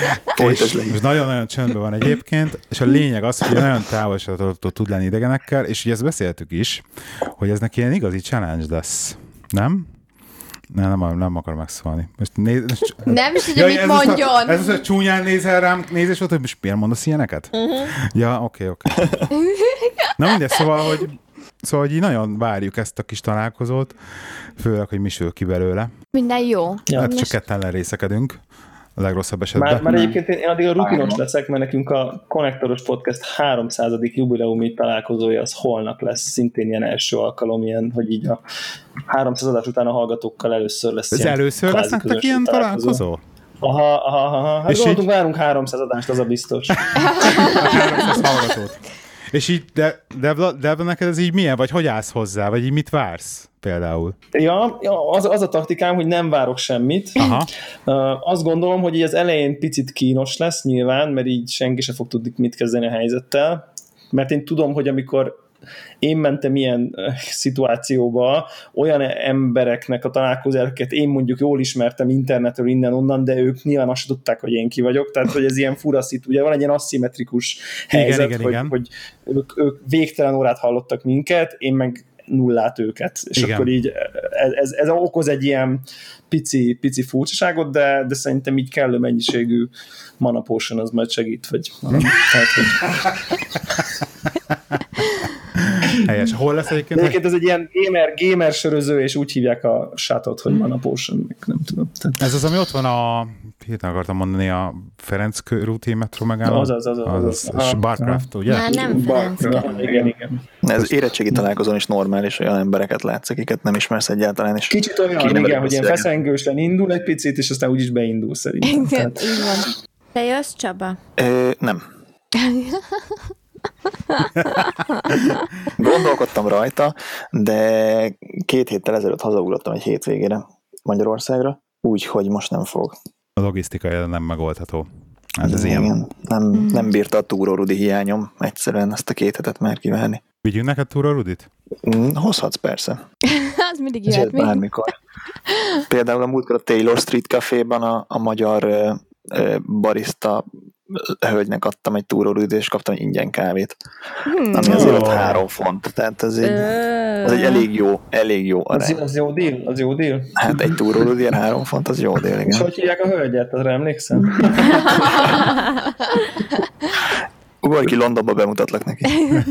és nagyon-nagyon csöndben van egyébként, és a lényeg az, hogy nagyon távolságottól tud lenni idegenekkel, és ugye ezt beszéltük is, hogy ez neki ilyen igazi challenge lesz. Nem? Nem akar megszólni. Nem is tudja, mit mondjon. Ez az, hogy csúnyán nézel rám, nézés volt, hogy most miért mondasz ilyeneket? Ja, oké. Na mindegy, szóval, hogy így nagyon várjuk ezt a kis találkozót, főleg, hogy mi sül ki belőle. Minden jó. Ja. Hát csak ketten lerészekedünk. A legrosszabb esetben. Már egyébként én addig a rutinos leszek, mert nekünk a Konnektoros Podcast 300. jubileumi találkozója az holnap lesz, szintén ilyen első alkalom, ilyen, hogy így a 300 adás után a hallgatókkal először lesz. Ez először lesz nektek ilyen találkozó? Aha. Hát gondoltunk, várunk 300 adást, az a biztos. 300 hallgatót. És így, de neked ez így milyen? Vagy hogy állsz hozzá? Vagy így mit vársz például? Ja, az a taktikám, hogy nem várok semmit. Aha. Azt gondolom, hogy így az elején picit kínos lesz nyilván, mert így senki sem fog tudni mit kezdeni a helyzettel. Mert én tudom, hogy amikor én mentem ilyen szituációba, olyan embereknek a találkozásokat én mondjuk jól ismertem internetről innen-onnan, de ők nyilván azt tudták, hogy én ki vagyok, tehát hogy ez ilyen fura ugye van egy ilyen aszimmetrikus helyzet, hogy ők végtelen órát hallottak minket, én meg nullát őket, és igen. Akkor így ez okoz egy ilyen pici furcsaságot, de szerintem így kellő mennyiségű mana potion az majd segít, vagy valami. Tehát, hogy... Helyes. Hol lesz egyébként? Egyébként ez egy ilyen gamer söröző, és úgy hívják a sátot, hogy mana potion, nem tudom. Tehát... Ez az, ami ott van hirtelen akartam mondani, a Ferenc körúti metró megálló. Az. Barcraft, ugye? Már nem Ferenc. Igen. Ez érettségi találkozón is normális, olyan embereket látsz, akiket nem ismersz egyáltalán. És kicsit olyan, igen, hogy ilyen feszengősen indul egy picit, és aztán úgyis beindul szerintem. Igen, így van. Te jössz, Csaba? Nem. Gondolkodtam rajta, de 2 héttel ezelőtt hazaugrottam egy hétvégére Magyarországra, úgyhogy most nem fog. A logisztika nem megoldható. Hát ez igen, ilyen. Nem bírta a Túró Rudi hiányom egyszerűen ezt a 2 hetet már kiválni. Vigyünk neked Túró Rudit? Hozhatsz persze. Az mindig jöhet még. Bármikor. Például a múltkor a Taylor Street Caféban a magyar barista hölgynek adtam egy Túró Rudit, és kaptam egy ingyen kávét. Ami azért 3 font. Tehát ez egy elég jó arány. Az jó deal? Hát egy Túró Rudi, 3 font, az jó deal, igen. És hogy hívják a hölgyet, azra emlékszem? Ugorj ki, Londonba bemutatlak neki.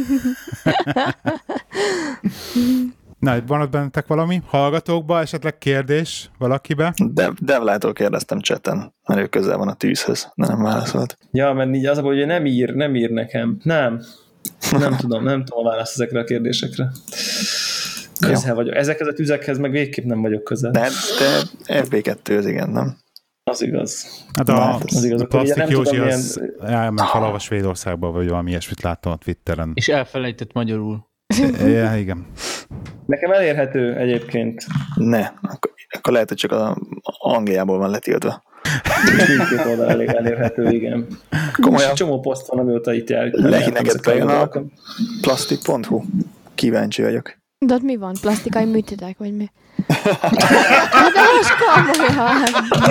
Na, van ott bennetek valami? Hallgatókba, esetleg kérdés valakibe? Devlától kérdeztem chaten, mert ő közel van a tűzhöz, de nem válaszolt. Ja, mert így az a baj, hogy nem ír nekem. Nem tudom a választ ezekre a kérdésekre. Közel vagyok. Ezekhez a tüzekhez meg végképp nem vagyok közel. De FB2 az igen, nem? Az igaz. Hát a Plastik Józsi az elment valahol Svédországba, vagy valami ilyesmit láttam a Twitteren. És elfelejtett magyarul. Ja, igen. Nekem elérhető egyébként. Ne, akkor lehet, hogy csak az Angliából van letiltva. Mindkét oldal elérhető, igen. Komolyan. Csomó poszt van, amióta itt jár. Lehi neked bejön a plastik.hu. Kíváncsi vagyok. De ott mi van? Plastikai műtétek, vagy mi? De most komolyan!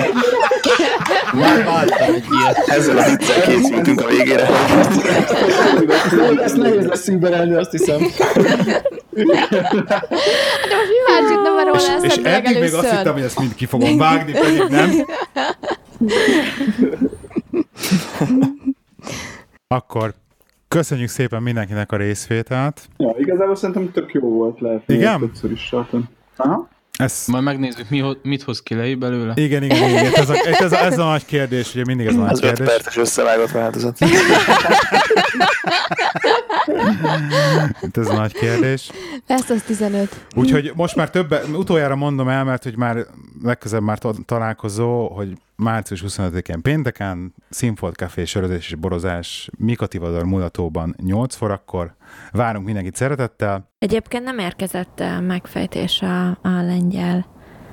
Már váltam egy ilyet. Ezzel az viccel készültünk a végére. Ezt nehéz lesz színberelni, azt hiszem. De most mi már itt nem arról lesz, és eddig még azt hittem, hogy ezt mind ki fogom vágni, pedig nem. Akkor köszönjük szépen mindenkinek a részvételt. Ja, igazából szerintem tök jó volt, lehet. Igen? Többször is sartan. Aha. Majd megnézzük, mit hoz ki Lehi belőle. Igen. Ez a nagy kérdés, ugye mindig ez a nagy kérdés. Az 5 perces összevágott változat. Ez a nagy kérdés. Lesz az 15. Úgyhogy most már utoljára mondom el, mert hogy már legközelebb már találkozó, hogy március 25-én pénteken Színfolt Café sörözés és borozás Mikativadar mulatóban 8 forakkor. Várunk mindenkit szeretettel. Egyébként nem érkezett megfejtés a lengyel.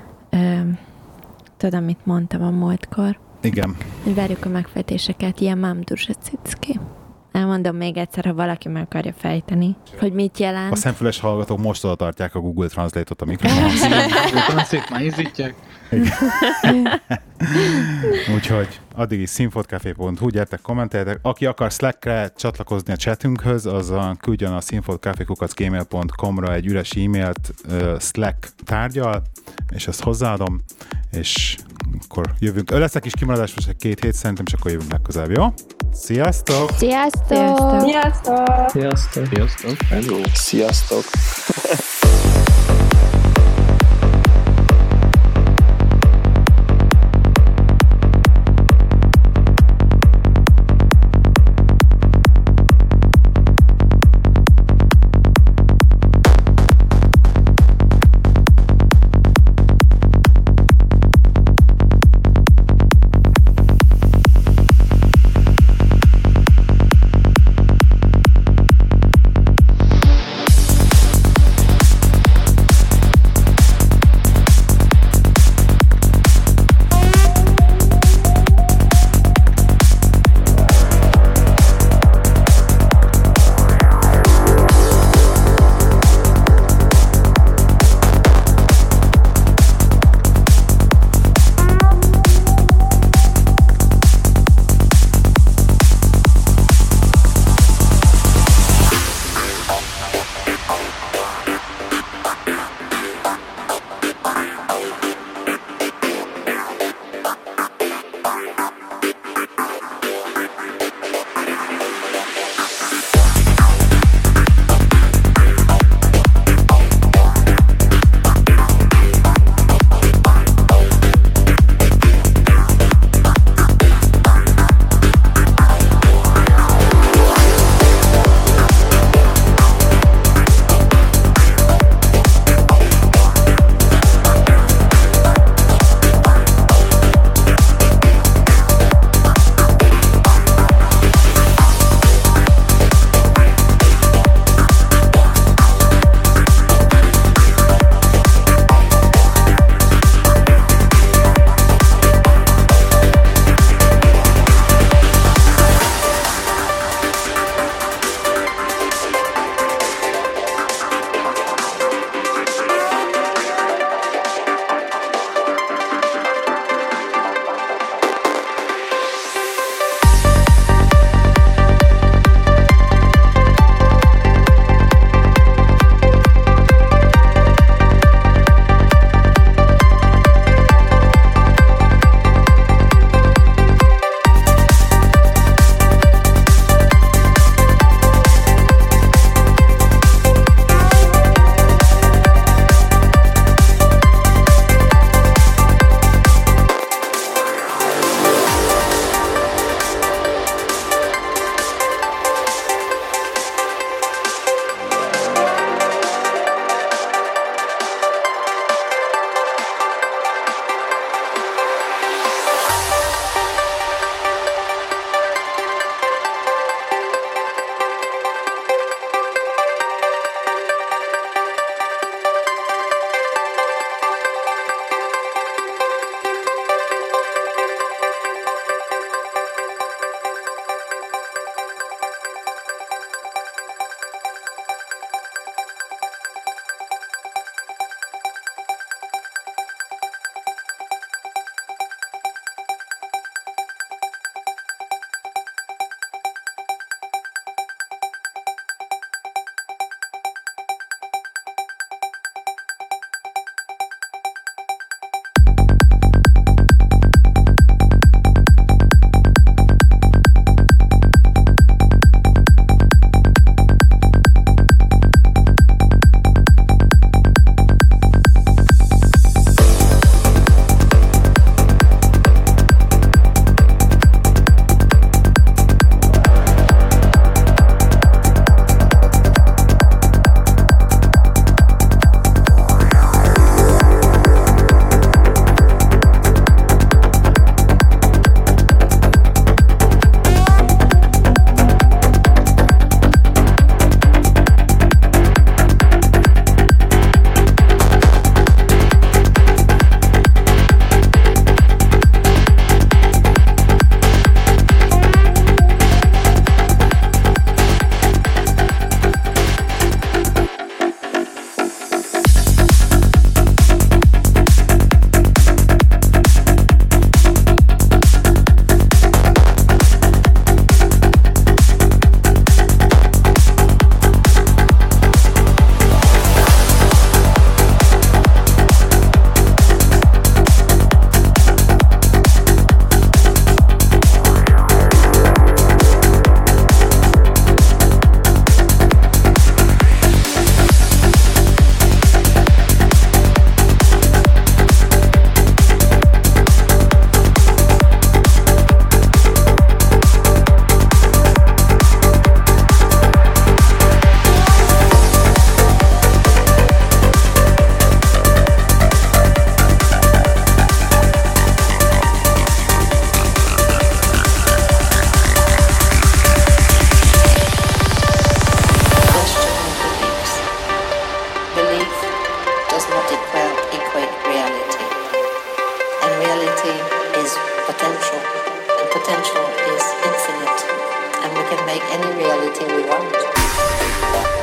Tudom, mit mondtam a múltkor. Igen. Várjuk a megfejtéseket. Ilyen mám duża cicki. Elmondom még egyszer, ha valaki meg akarja fejteni, hogy mit jelent. A szemfüles hallgatók most oda tartják a Google Translate-ot a mikrofonhoz. Szép már ízítják. Úgyhogy addig is színfoltcafé.hu, gyertek, kommenteljetek. Aki akar Slackre csatlakozni a chatünkhöz, az küldjön a színfoltcafé@gmail.com-ra egy üres e-mailt Slack tárgyal, és ezt hozzáadom, és akkor jövünk. Leszek is kimaradás most egy 2 hét szerintem, és akkor jövünk legközelebb, jó? Sziasztok! Sziasztok! Sziasztok! Sziasztok! Sziasztok! Hello! Sziasztok! can make any reality we want.